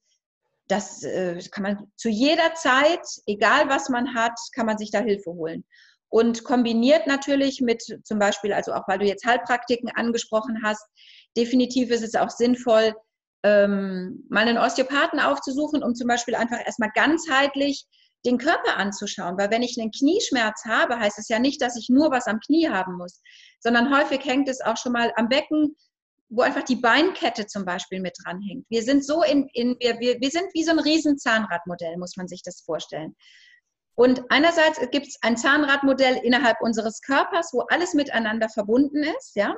[SPEAKER 2] das äh, kann man zu jeder Zeit, egal was man hat, kann man sich da Hilfe holen. Und kombiniert natürlich mit zum Beispiel, also auch weil du jetzt Heilpraktiken angesprochen hast, definitiv ist es auch sinnvoll, ähm, mal einen Osteopathen aufzusuchen, um zum Beispiel einfach erstmal ganzheitlich den Körper anzuschauen. Weil wenn ich einen Knieschmerz habe, heißt es ja nicht, dass ich nur was am Knie haben muss, sondern häufig hängt es auch schon mal am Becken, wo einfach die Beinkette zum Beispiel mit dranhängt. Wir sind so in, in wir, wir, wir sind wie so ein riesen Zahnradmodell, muss man sich das vorstellen. Und einerseits gibt es ein Zahnradmodell innerhalb unseres Körpers, wo alles miteinander verbunden ist, ja.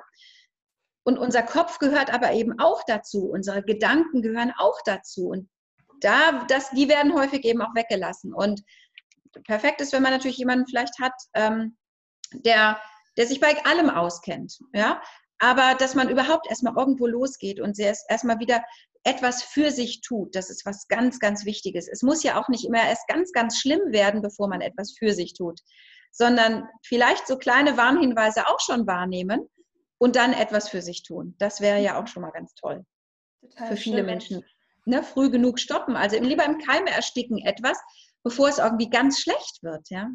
[SPEAKER 2] Und unser Kopf gehört aber eben auch dazu. Unsere Gedanken gehören auch dazu. Und da, das, die werden häufig eben auch weggelassen. Und perfekt ist, wenn man natürlich jemanden vielleicht hat, ähm, der, der sich bei allem auskennt, ja. Aber dass man überhaupt erstmal irgendwo losgeht und erstmal wieder etwas für sich tut, das ist was ganz, ganz Wichtiges. Es muss ja auch nicht immer erst ganz, ganz schlimm werden, bevor man etwas für sich tut, sondern vielleicht so kleine Warnhinweise auch schon wahrnehmen und dann etwas für sich tun. Das wäre ja auch schon mal ganz toll. Total für viele schön. Menschen. Ne, früh genug stoppen, also lieber im Keime ersticken etwas, bevor es irgendwie ganz schlecht wird, ja.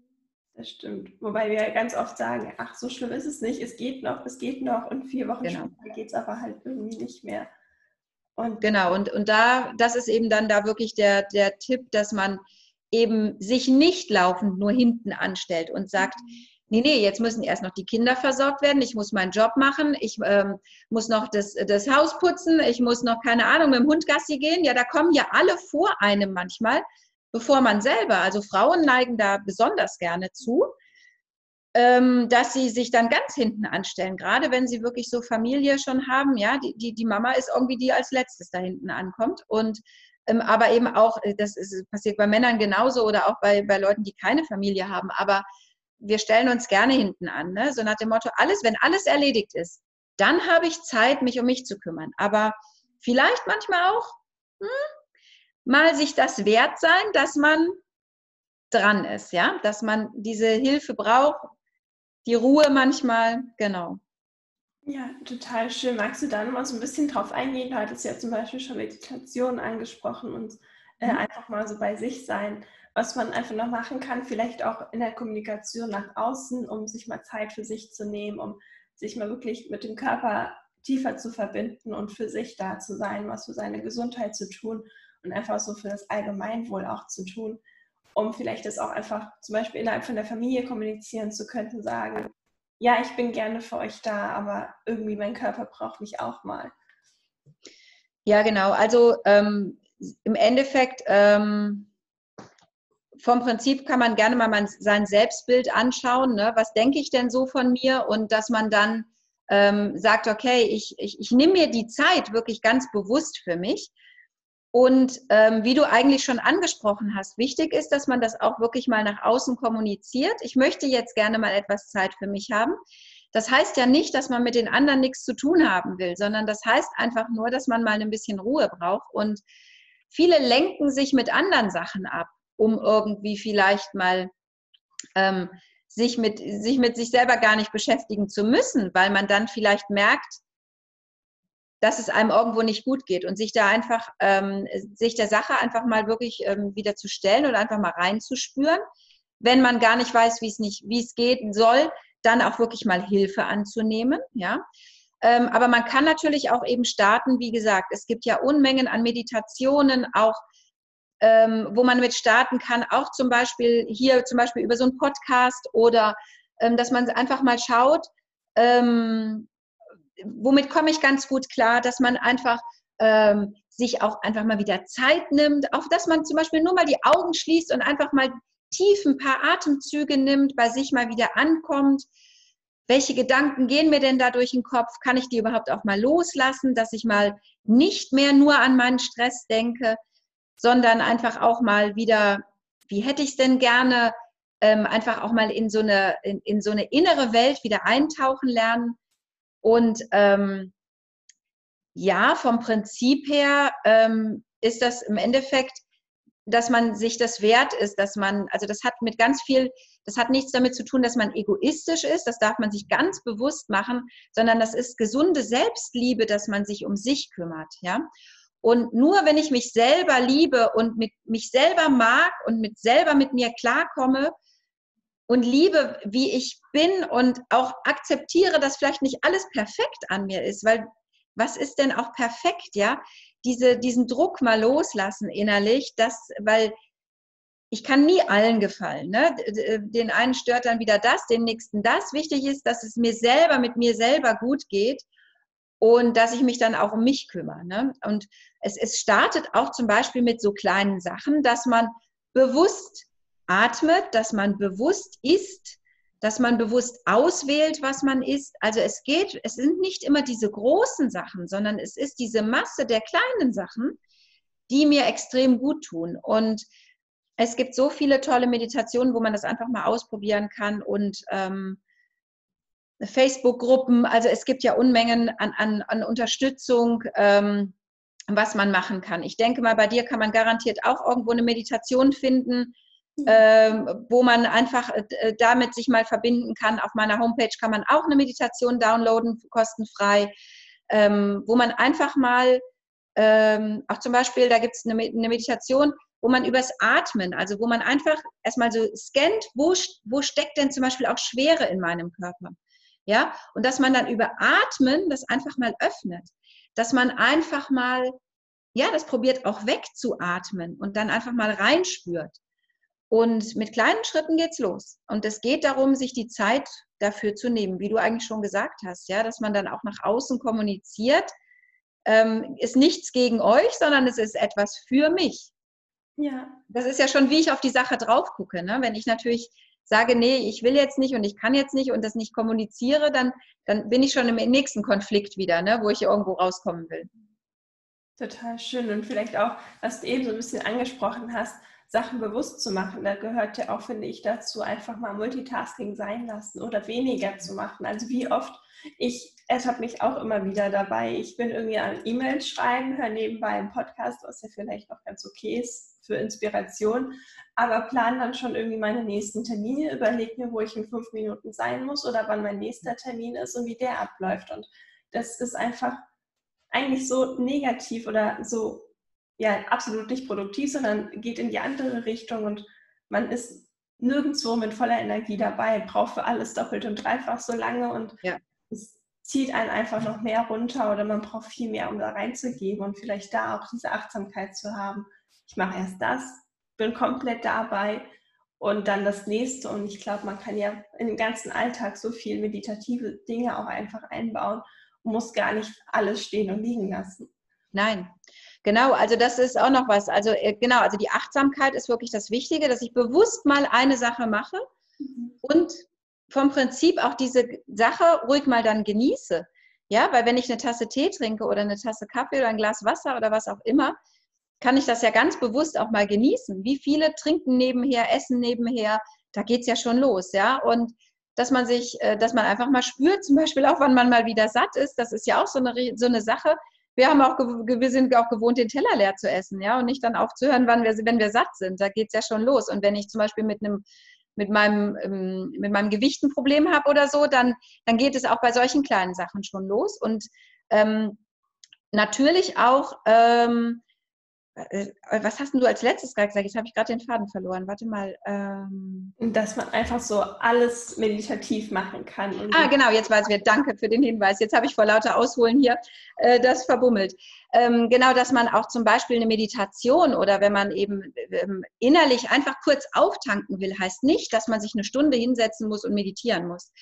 [SPEAKER 1] Das stimmt. Wobei wir ganz oft sagen, ach, so schlimm ist es nicht, es geht noch, es geht noch und vier Wochen genau. später geht es aber halt irgendwie nicht mehr. Und
[SPEAKER 2] genau, und, und da, das ist eben dann da wirklich der, der Tipp, dass man eben sich nicht laufend nur hinten anstellt und sagt, nee, nee, jetzt müssen erst noch die Kinder versorgt werden, ich muss meinen Job machen, ich ähm, muss noch das, das Haus putzen, ich muss noch, keine Ahnung, mit dem Hund Gassi gehen. Ja, da kommen ja alle vor einem manchmal, bevor man selber, also Frauen neigen da besonders gerne zu, ähm, dass sie sich dann ganz hinten anstellen, gerade wenn sie wirklich so Familie schon haben, ja, die, die, die Mama ist irgendwie die als letztes da hinten ankommt und ähm, aber eben auch, das ist, passiert bei Männern genauso oder auch bei, bei Leuten, die keine Familie haben, aber wir stellen uns gerne hinten an, ne? So nach dem Motto, alles, wenn alles erledigt ist, dann habe ich Zeit, mich um mich zu kümmern, aber vielleicht manchmal auch, hm, mal sich das wert sein, dass man dran ist, ja, dass man diese Hilfe braucht, die Ruhe manchmal, genau.
[SPEAKER 1] Ja, total schön. Magst du da noch mal so ein bisschen drauf eingehen? Du hattest ja zum Beispiel schon Meditation angesprochen und äh, mhm. einfach mal so bei sich sein, was man einfach noch machen kann, vielleicht auch in der Kommunikation nach außen, um sich mal Zeit für sich zu nehmen, um sich mal wirklich mit dem Körper tiefer zu verbinden und für sich da zu sein, was für seine Gesundheit zu tun und einfach so für das Allgemeinwohl auch zu tun, um vielleicht das auch einfach zum Beispiel innerhalb von der Familie kommunizieren zu können, sagen, ja, ich bin gerne für euch da, aber irgendwie mein Körper braucht mich auch mal.
[SPEAKER 2] Ja, genau. Also ähm, im Endeffekt, ähm, vom Prinzip kann man gerne mal sein Selbstbild anschauen, ne? Was denke ich denn so von mir? Und dass man dann ähm, sagt, okay, ich, ich, ich nehme mir die Zeit wirklich ganz bewusst für mich. Und ähm, wie du eigentlich schon angesprochen hast, wichtig ist, dass man das auch wirklich mal nach außen kommuniziert. Ich möchte jetzt gerne mal etwas Zeit für mich haben. Das heißt ja nicht, dass man mit den anderen nichts zu tun haben will, sondern das heißt einfach nur, dass man mal ein bisschen Ruhe braucht. Und viele lenken sich mit anderen Sachen ab, um irgendwie vielleicht mal ähm, sich mit, sich mit sich selber gar nicht beschäftigen zu müssen, weil man dann vielleicht merkt, dass es einem irgendwo nicht gut geht und sich da einfach, ähm, sich der Sache einfach mal wirklich ähm, wieder zu stellen und einfach mal reinzuspüren. Wenn man gar nicht weiß, wie es nicht, wie es gehen soll, dann auch wirklich mal Hilfe anzunehmen, ja. Ähm, aber man kann natürlich auch eben starten, wie gesagt, es gibt ja Unmengen an Meditationen, auch ähm, wo man mit starten kann, auch zum Beispiel hier zum Beispiel über so einen Podcast oder ähm, dass man einfach mal schaut, ähm, womit komme ich ganz gut klar, dass man einfach ähm, sich auch einfach mal wieder Zeit nimmt, auch dass man zum Beispiel nur mal die Augen schließt und einfach mal tief ein paar Atemzüge nimmt, bei sich mal wieder ankommt. Welche Gedanken gehen mir denn da durch den Kopf? Kann ich die überhaupt auch mal loslassen, dass ich mal nicht mehr nur an meinen Stress denke, sondern einfach auch mal wieder, wie hätte ich es denn gerne, ähm, einfach auch mal in so eine, in, in so eine innere Welt wieder eintauchen lernen. Und ähm, ja, vom Prinzip her ähm, ist das im Endeffekt, dass man sich das wert ist, dass man, also das hat mit ganz viel, das hat nichts damit zu tun, dass man egoistisch ist, das darf man sich ganz bewusst machen, sondern das ist gesunde Selbstliebe, dass man sich um sich kümmert, ja. Und nur wenn ich mich selber liebe und mit mich selber mag und mit selber mit mir klarkomme und liebe, wie ich bin und auch akzeptiere, dass vielleicht nicht alles perfekt an mir ist, weil was ist denn auch perfekt, ja? Diese, diesen Druck mal loslassen innerlich, das, weil ich kann nie allen gefallen. Ne? Den einen stört dann wieder das, den nächsten das. Wichtig ist, dass es mir selber, mit mir selber gut geht und dass ich mich dann auch um mich kümmere. Ne? Und es, es startet auch zum Beispiel mit so kleinen Sachen, dass man bewusst atmet, dass man bewusst isst, dass man bewusst auswählt, was man isst. Also es geht, es sind nicht immer diese großen Sachen, sondern es ist diese Masse der kleinen Sachen, die mir extrem gut tun. Und es gibt so viele tolle Meditationen, wo man das einfach mal ausprobieren kann und ähm, Facebook-Gruppen, also es gibt ja Unmengen an, an, an Unterstützung, ähm, was man machen kann. Ich denke mal, bei dir kann man garantiert auch irgendwo eine Meditation finden, ähm, wo man einfach äh, damit sich mal verbinden kann. Auf meiner Homepage kann man auch eine Meditation downloaden, kostenfrei, ähm, wo man einfach mal, ähm, auch zum Beispiel, da gibt es eine, eine Meditation, wo man übers Atmen, also wo man einfach erstmal so scannt, wo, wo steckt denn zum Beispiel auch Schwere in meinem Körper. Ja, und dass man dann über Atmen das einfach mal öffnet, dass man einfach mal, ja, das probiert auch wegzuatmen und dann einfach mal reinspürt. Und mit kleinen Schritten geht's los. Und es geht darum, sich die Zeit dafür zu nehmen, wie du eigentlich schon gesagt hast, ja, dass man dann auch nach außen kommuniziert, ähm, ist nichts gegen euch, sondern es ist etwas für mich.
[SPEAKER 1] Ja.
[SPEAKER 2] Das ist ja schon, wie ich auf die Sache drauf gucke. Ne? Wenn ich natürlich sage, nee, ich will jetzt nicht und ich kann jetzt nicht und das nicht kommuniziere, dann, dann bin ich schon im nächsten Konflikt wieder, ne? Wo ich irgendwo rauskommen will.
[SPEAKER 1] Total schön. Und vielleicht auch, was du eben so ein bisschen angesprochen hast, Sachen bewusst zu machen. Da gehört ja auch, finde ich, dazu, einfach mal Multitasking sein lassen oder weniger zu machen. Also wie oft, ich ertappe mich auch immer wieder dabei. Ich bin irgendwie an E-Mails schreiben, höre nebenbei einen Podcast, was ja vielleicht auch ganz okay ist für Inspiration, aber plane dann schon irgendwie meine nächsten Termine, überlege mir, wo ich in fünf Minuten sein muss oder wann mein nächster Termin ist und wie der abläuft. Und das ist einfach eigentlich so negativ oder so, ja, absolut nicht produktiv, sondern geht in die andere Richtung und man ist nirgendwo mit voller Energie dabei, braucht für alles doppelt und dreifach so lange und
[SPEAKER 2] ja.
[SPEAKER 1] es zieht einen einfach noch mehr runter oder man braucht viel mehr, um da reinzugeben und vielleicht da auch diese Achtsamkeit zu haben. Ich mache erst das, bin komplett dabei und dann das nächste und ich glaube, man kann ja in den ganzen Alltag so viel meditative Dinge auch einfach einbauen und muss gar nicht alles stehen und liegen lassen.
[SPEAKER 2] Nein, genau, also das ist auch noch was. Also genau, also die Achtsamkeit ist wirklich das Wichtige, dass ich bewusst mal eine Sache mache mhm. und vom Prinzip auch diese Sache ruhig mal dann genieße. Ja, weil wenn ich eine Tasse Tee trinke oder eine Tasse Kaffee oder ein Glas Wasser oder was auch immer, kann ich das ja ganz bewusst auch mal genießen. Wie viele trinken nebenher, essen nebenher, da geht es ja schon los, ja. Und dass man sich, dass man einfach mal spürt, zum Beispiel auch, wann man mal wieder satt ist, das ist ja auch so eine, so eine Sache. Wir haben auch, wir sind auch gewohnt, den Teller leer zu essen, ja, und nicht dann aufzuhören, wann wir, wenn wir satt sind. Da geht es ja schon los. Und wenn ich zum Beispiel mit einem, mit meinem, mit meinem Gewicht ein Problem habe oder so, dann, dann geht es auch bei solchen kleinen Sachen schon los. Und ähm, natürlich auch, ähm, was hast denn du als letztes gerade gesagt? Jetzt habe ich gerade den Faden verloren. Warte mal. Ähm
[SPEAKER 1] Dass man einfach so alles meditativ machen kann. Und
[SPEAKER 2] ah, genau, jetzt weiß ich. Danke für den Hinweis. Jetzt habe ich vor lauter Ausholen hier äh, das verbummelt. Ähm, genau, dass man auch zum Beispiel eine Meditation oder wenn man eben ähm, innerlich einfach kurz auftanken will, heißt nicht, dass man sich eine Stunde hinsetzen muss und meditieren muss.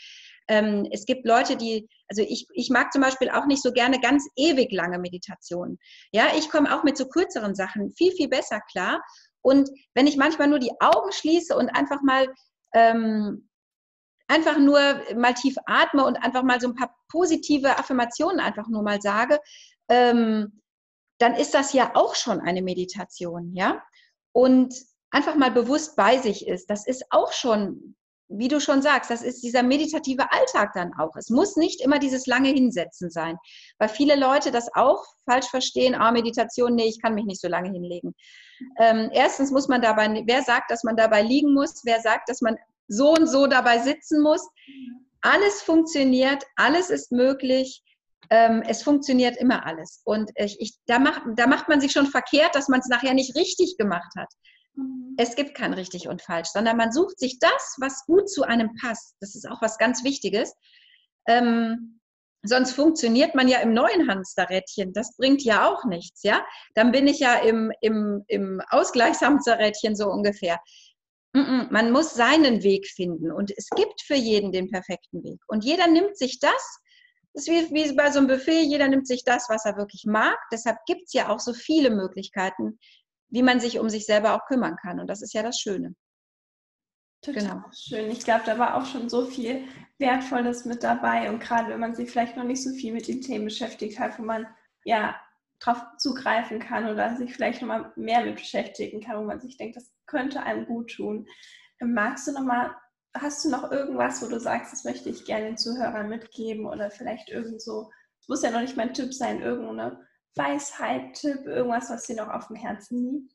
[SPEAKER 2] Ähm, es gibt Leute, die, also ich, ich mag zum Beispiel auch nicht so gerne ganz ewig lange Meditationen. Ja, ich komme auch mit so kürzeren Sachen viel, viel besser klar. Und wenn ich manchmal nur die Augen schließe und einfach mal ähm, einfach nur mal tief atme und einfach mal so ein paar positive Affirmationen einfach nur mal sage, ähm, dann ist das ja auch schon eine Meditation, ja. Und einfach mal bewusst bei sich ist, das ist auch schon, wie du schon sagst, das ist dieser meditative Alltag dann auch. Es muss nicht immer dieses lange Hinsetzen sein, weil viele Leute das auch falsch verstehen, ah, Meditation, nee, ich kann mich nicht so lange hinlegen. Ähm, erstens muss man dabei, wer sagt, dass man dabei liegen muss, wer sagt, dass man so und so dabei sitzen muss. Alles funktioniert, alles ist möglich. Ähm, es funktioniert immer alles. Und ich, ich, da, macht, da macht man sich schon verkehrt, dass man es nachher nicht richtig gemacht hat. Mhm. Es gibt kein richtig und falsch, sondern man sucht sich das, was gut zu einem passt. Das ist auch was ganz Wichtiges. Ähm, sonst funktioniert man ja im neuen Hamsterrädchen. Das bringt ja auch nichts. Ja? Dann bin ich ja im, im, im Ausgleichshamsterrädchen so ungefähr. Man muss seinen Weg finden und es gibt für jeden den perfekten Weg. Und jeder nimmt sich das, das ist wie, wie bei so einem Buffet, jeder nimmt sich das, was er wirklich mag. Deshalb gibt es ja auch so viele Möglichkeiten, wie man sich um sich selber auch kümmern kann. Und das ist ja das Schöne.
[SPEAKER 1] Total genau. Schön. Ich glaube, da war auch schon so viel Wertvolles mit dabei. Und gerade wenn man sich vielleicht noch nicht so viel mit den Themen beschäftigt hat, wo man ja drauf zugreifen kann oder sich vielleicht noch mal mehr mit beschäftigen kann, wo man sich denkt, das könnte einem gut tun. Magst du noch mal, hast du noch irgendwas, wo du sagst, das möchte ich gerne den Zuhörern mitgeben oder vielleicht irgend so, es muss ja noch nicht mein Tipp sein, irgendeine Weisheit, Tipp, irgendwas, was dir noch auf dem Herzen liegt?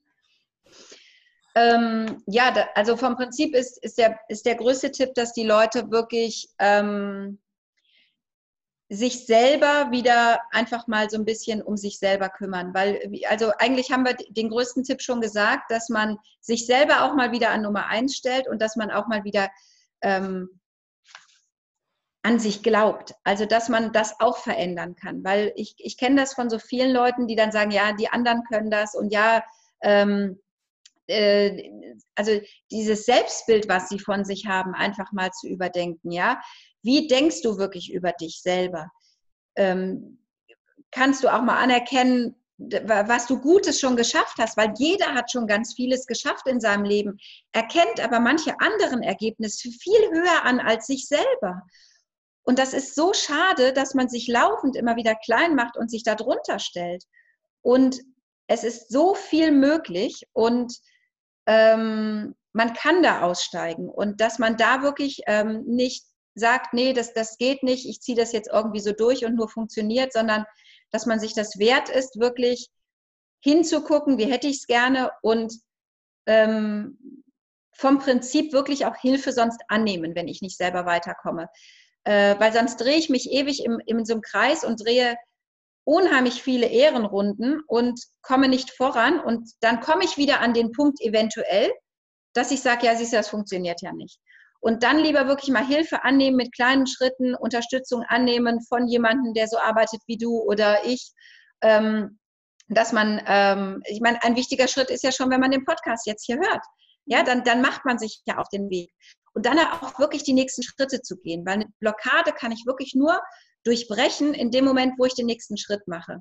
[SPEAKER 2] Ähm, ja, da, also vom Prinzip ist, ist, der, ist der größte Tipp, dass die Leute wirklich ähm, sich selber wieder einfach mal so ein bisschen um sich selber kümmern. Weil, also eigentlich haben wir den größten Tipp schon gesagt, dass man sich selber auch mal wieder an Nummer eins stellt und dass man auch mal wieder ähm, an sich glaubt. Also, dass man das auch verändern kann. Weil ich, ich kenne das von so vielen Leuten, die dann sagen, ja, die anderen können das und ja, ähm, äh, also dieses Selbstbild, was sie von sich haben, einfach mal zu überdenken, ja. Wie denkst du wirklich über dich selber? Ähm, kannst du auch mal anerkennen, was du Gutes schon geschafft hast, weil jeder hat schon ganz vieles geschafft in seinem Leben, erkennt aber manche anderen Ergebnisse viel höher an als sich selber. Und das ist so schade, dass man sich laufend immer wieder klein macht und sich darunter stellt. Und es ist so viel möglich und ähm, man kann da aussteigen und dass man da wirklich ähm, nicht sagt, nee, das, das geht nicht, ich ziehe das jetzt irgendwie so durch und nur funktioniert, sondern dass man sich das wert ist, wirklich hinzugucken, wie hätte ich es gerne und ähm, vom Prinzip wirklich auch Hilfe sonst annehmen, wenn ich nicht selber weiterkomme. Äh, weil sonst drehe ich mich ewig im, in so einem Kreis und drehe unheimlich viele Ehrenrunden und komme nicht voran und dann komme ich wieder an den Punkt eventuell, dass ich sage, ja, siehst du, das funktioniert ja nicht. Und dann lieber wirklich mal Hilfe annehmen mit kleinen Schritten, Unterstützung annehmen von jemandem, der so arbeitet wie du oder ich, ähm, dass man, ähm, ich meine, ein wichtiger Schritt ist ja schon, wenn man den Podcast jetzt hier hört. Ja, dann, dann macht man sich ja auf den Weg. Und dann auch wirklich die nächsten Schritte zu gehen, weil eine Blockade kann ich wirklich nur durchbrechen in dem Moment, wo ich den nächsten Schritt mache.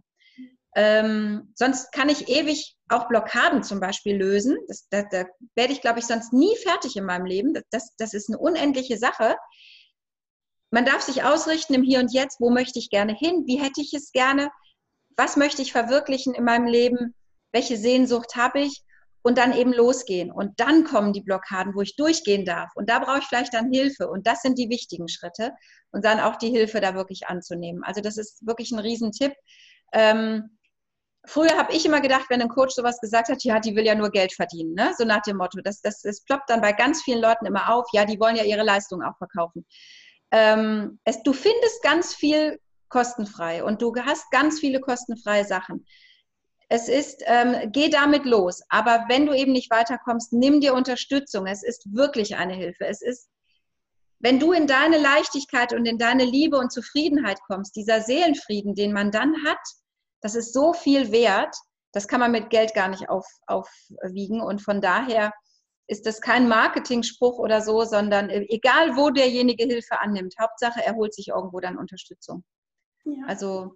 [SPEAKER 2] Ähm, sonst kann ich ewig auch Blockaden zum Beispiel lösen. Das, da, da werde ich, glaube ich, sonst nie fertig in meinem Leben. Das, das, das ist eine unendliche Sache. Man darf sich ausrichten im Hier und Jetzt. Wo möchte ich gerne hin? Wie hätte ich es gerne? Was möchte ich verwirklichen in meinem Leben? Welche Sehnsucht habe ich? Und dann eben losgehen. Und dann kommen die Blockaden, wo ich durchgehen darf. Und da brauche ich vielleicht dann Hilfe. Und das sind die wichtigen Schritte. Und dann auch die Hilfe da wirklich anzunehmen. Also das ist wirklich ein Riesentipp. Ähm, früher habe ich immer gedacht, wenn ein Coach sowas gesagt hat, ja, die will ja nur Geld verdienen. Ne? So nach dem Motto. Das, das, das ploppt dann bei ganz vielen Leuten immer auf. Ja, die wollen ja ihre Leistung auch verkaufen. Ähm, es, du findest ganz viel kostenfrei. Und du hast ganz viele kostenfreie Sachen. Es ist, ähm, geh damit los. Aber wenn du eben nicht weiterkommst, nimm dir Unterstützung. Es ist wirklich eine Hilfe. Es ist, wenn du in deine Leichtigkeit und in deine Liebe und Zufriedenheit kommst, dieser Seelenfrieden, den man dann hat, das ist so viel wert. Das kann man mit Geld gar nicht auf, aufwiegen. Und von daher ist das kein Marketing-Spruch oder so, sondern egal, wo derjenige Hilfe annimmt, Hauptsache, er holt sich irgendwo dann Unterstützung.
[SPEAKER 1] Ja.
[SPEAKER 2] Also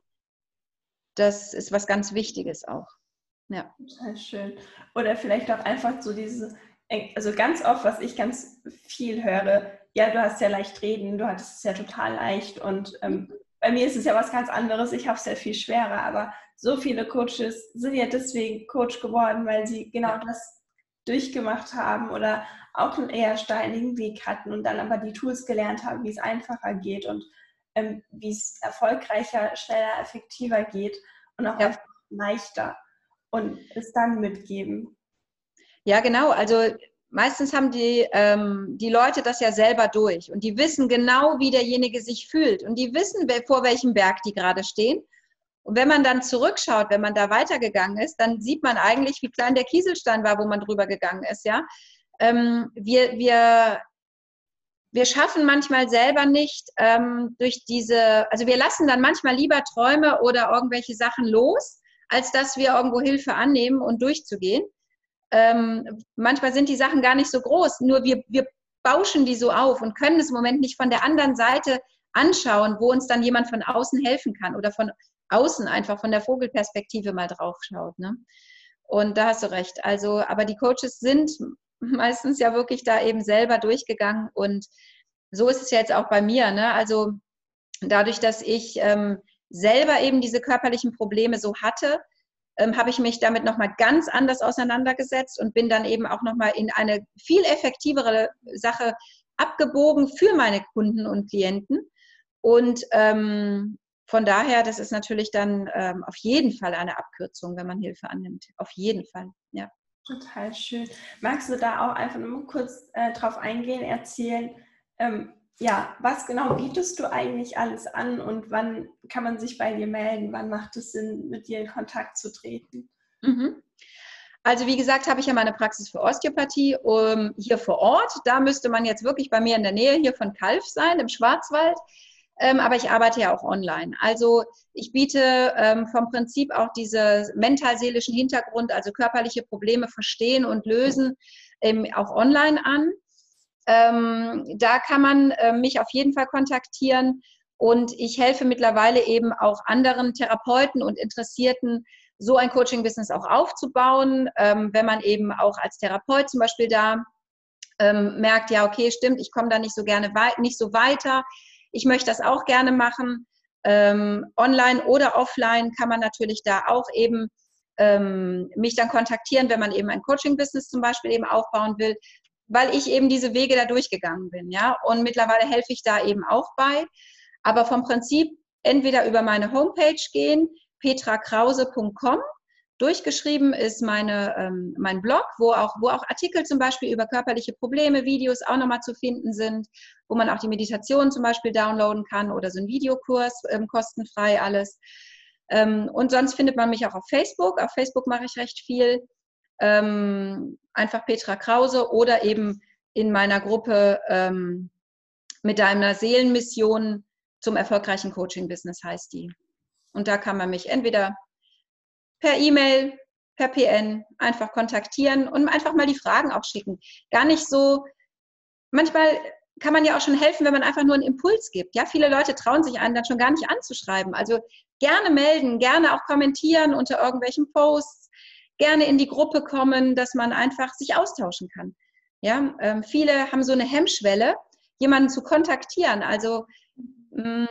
[SPEAKER 2] das ist was ganz Wichtiges auch. Ja.
[SPEAKER 1] Total schön. Oder vielleicht auch einfach so diese, also ganz oft, was ich ganz viel höre, ja, du hast ja leicht reden, du hattest es ja total leicht und ähm, bei mir ist es ja was ganz anderes, ich habe es ja viel schwerer, aber so viele Coaches sind ja deswegen Coach geworden, weil sie genau
[SPEAKER 2] Ja.
[SPEAKER 1] das durchgemacht haben oder auch einen eher steinigen Weg hatten und dann aber die Tools gelernt haben, wie es einfacher geht und ähm, wie es erfolgreicher, schneller, effektiver geht und auch
[SPEAKER 2] Ja.
[SPEAKER 1] einfach leichter und es dann mitgeben.
[SPEAKER 2] Ja, genau. Also meistens haben die, ähm, die Leute das ja selber durch und die wissen genau, wie derjenige sich fühlt und die wissen, vor welchem Berg die gerade stehen. Und wenn man dann zurückschaut, wenn man da weitergegangen ist, dann sieht man eigentlich, wie klein der Kieselstein war, wo man drüber gegangen ist. Ja, ähm, wir, wir, wir schaffen manchmal selber nicht ähm, durch diese, also wir lassen dann manchmal lieber Träume oder irgendwelche Sachen los, als dass wir irgendwo Hilfe annehmen und durchzugehen. Ähm, manchmal sind die Sachen gar nicht so groß, nur wir, wir bauschen die so auf und können es im Moment nicht von der anderen Seite anschauen, wo uns dann jemand von außen helfen kann oder von außen einfach von der Vogelperspektive mal drauf schaut. Ne? Und da hast du recht. Also, aber die Coaches sind meistens ja wirklich da eben selber durchgegangen und so ist es ja jetzt auch bei mir. Ne? Also dadurch, dass ich ähm, selber eben diese körperlichen Probleme so hatte, ähm, habe ich mich damit nochmal ganz anders auseinandergesetzt und bin dann eben auch nochmal in eine viel effektivere Sache abgebogen für meine Kunden und Klienten. Und ähm, von daher, das ist natürlich dann ähm, auf jeden Fall eine Abkürzung, wenn man Hilfe annimmt. Auf jeden Fall, ja.
[SPEAKER 1] Total schön. Magst du da auch einfach nur kurz äh, drauf eingehen, erzählen, ähm, ja, was genau bietest du eigentlich alles an und wann kann man sich bei dir melden? Wann macht es Sinn, mit dir in Kontakt zu treten?
[SPEAKER 2] Mhm. Also wie gesagt, habe ich ja meine Praxis für Osteopathie um, hier vor Ort. Da müsste man jetzt wirklich bei mir in der Nähe hier von Calw sein, im Schwarzwald. Ähm, aber ich arbeite ja auch online. Also ich biete ähm, vom Prinzip auch diese mental-seelischen Hintergrund, also körperliche Probleme verstehen und lösen, ähm, auch online an. Ähm, da kann man äh, mich auf jeden Fall kontaktieren und ich helfe mittlerweile eben auch anderen Therapeuten und Interessierten, so ein Coaching-Business auch aufzubauen, ähm, wenn man eben auch als Therapeut zum Beispiel da ähm, merkt, ja, okay, stimmt, ich komme da nicht so gerne weit, nicht so weiter. Ich möchte das auch gerne machen. Ähm, online oder offline kann man natürlich da auch eben ähm, mich dann kontaktieren, wenn man eben ein Coaching-Business zum Beispiel eben aufbauen will, weil ich eben diese Wege da durchgegangen bin, ja. Und mittlerweile helfe ich da eben auch bei. Aber vom Prinzip entweder über meine Homepage gehen, petra krause punkt com. Durchgeschrieben ist meine, ähm, mein Blog, wo auch, wo auch Artikel zum Beispiel über körperliche Probleme, Videos auch nochmal zu finden sind, wo man auch die Meditation zum Beispiel downloaden kann oder so ein Videokurs, ähm, kostenfrei alles. Ähm, und sonst findet man mich auch auf Facebook. Auf Facebook mache ich recht viel. Ähm, einfach Petra Krause oder eben in meiner Gruppe ähm, mit deiner Seelenmission zum erfolgreichen Coaching-Business heißt die. Und da kann man mich entweder per E-Mail, per P N einfach kontaktieren und einfach mal die Fragen auch schicken. Gar nicht so, manchmal kann man ja auch schon helfen, wenn man einfach nur einen Impuls gibt. Ja, viele Leute trauen sich einen dann schon gar nicht anzuschreiben. Also gerne melden, gerne auch kommentieren unter irgendwelchen Posts, gerne in die Gruppe kommen, dass man einfach sich austauschen kann. Ja, ähm, viele haben so eine Hemmschwelle, jemanden zu kontaktieren. Also mh,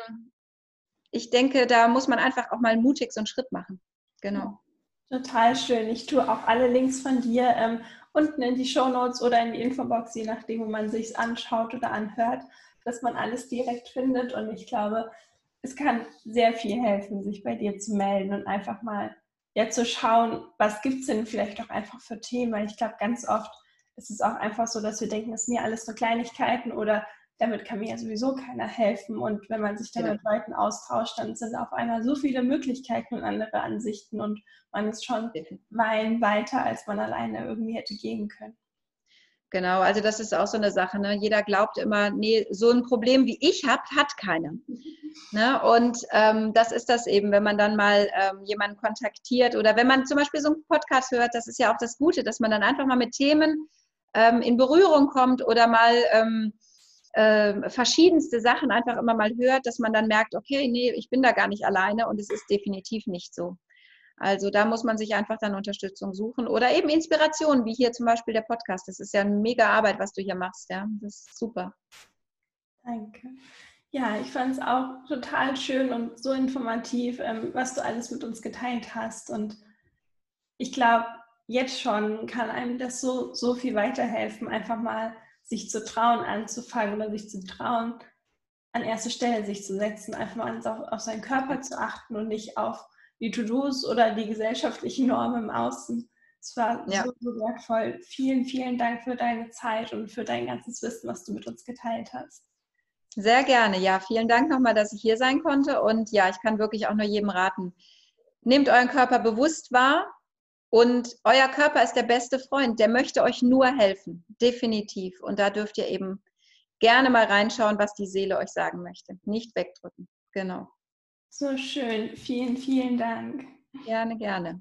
[SPEAKER 2] ich denke, da muss man einfach auch mal mutig so einen Schritt machen. Genau.
[SPEAKER 1] Total schön. Ich tue auch alle Links von dir ähm, unten in die Shownotes oder in die Infobox, je nachdem, wo man sich es anschaut oder anhört, dass man alles direkt findet. Und ich glaube, es kann sehr viel helfen, sich bei dir zu melden und einfach mal ja, zu schauen, was gibt es denn vielleicht auch einfach für Themen. Weil ich glaube, ganz oft ist es auch einfach so, dass wir denken, das sind ja alles nur Kleinigkeiten oder damit kann mir ja sowieso keiner helfen. Und wenn man sich dann genau. mit Leuten austauscht, dann sind auf einmal so viele Möglichkeiten und andere Ansichten und man ist schon meilen weiter, als man alleine irgendwie hätte gehen können.
[SPEAKER 2] Genau, also das ist auch so eine Sache. Ne? Jeder glaubt immer, nee, so ein Problem wie ich habe, hat keiner. Ne? Und ähm, das ist das eben, wenn man dann mal ähm, jemanden kontaktiert oder wenn man zum Beispiel so einen Podcast hört, das ist ja auch das Gute, dass man dann einfach mal mit Themen ähm, in Berührung kommt oder mal ähm, äh, verschiedenste Sachen einfach immer mal hört, dass man dann merkt, okay, nee, ich bin da gar nicht alleine und es ist definitiv nicht so. Also da muss man sich einfach dann Unterstützung suchen oder eben Inspiration, wie hier zum Beispiel der Podcast. Das ist ja eine mega Arbeit, was du hier machst. Ja, das ist super.
[SPEAKER 1] Danke. Ja, ich fand es auch total schön und so informativ, ähm, was du alles mit uns geteilt hast. Und ich glaube, jetzt schon kann einem das so, so viel weiterhelfen, einfach mal sich zu trauen, anzufangen oder sich zu trauen, an erste Stelle sich zu setzen, einfach mal auf, auf seinen Körper zu achten und nicht auf die To-Dos oder die gesellschaftlichen Normen im Außen. Es war
[SPEAKER 2] Ja.
[SPEAKER 1] so, so wertvoll. Vielen, vielen Dank für deine Zeit und für dein ganzes Wissen, was du mit uns geteilt hast.
[SPEAKER 2] Sehr gerne. Ja, vielen Dank nochmal, dass ich hier sein konnte. Und ja, ich kann wirklich auch nur jedem raten. Nehmt euren Körper bewusst wahr und euer Körper ist der beste Freund. Der möchte euch nur helfen. Definitiv. Und da dürft ihr eben gerne mal reinschauen, was die Seele euch sagen möchte. Nicht wegdrücken. Genau.
[SPEAKER 1] So schön. Vielen, vielen Dank.
[SPEAKER 2] Gerne, gerne.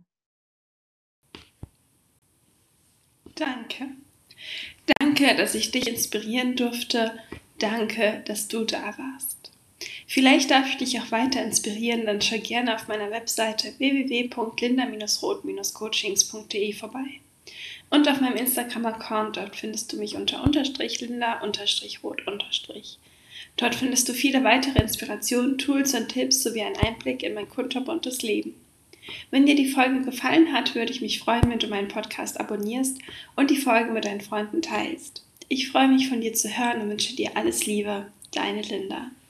[SPEAKER 1] Danke. Danke, dass ich dich inspirieren durfte. Danke, dass du da warst. Vielleicht darf ich dich auch weiter inspirieren, dann schau gerne auf meiner Webseite w w w punkt linda roth coachings punkt d e vorbei. Und auf meinem Instagram-Account, dort findest du mich unter unterstrich linda unterstrich roth unterstrich. Dort findest du viele weitere Inspirationen, Tools und Tipps sowie einen Einblick in mein kunterbuntes Leben. Wenn dir die Folge gefallen hat, würde ich mich freuen, wenn du meinen Podcast abonnierst und die Folge mit deinen Freunden teilst. Ich freue mich, von dir zu hören und wünsche dir alles Liebe. Deine Linda.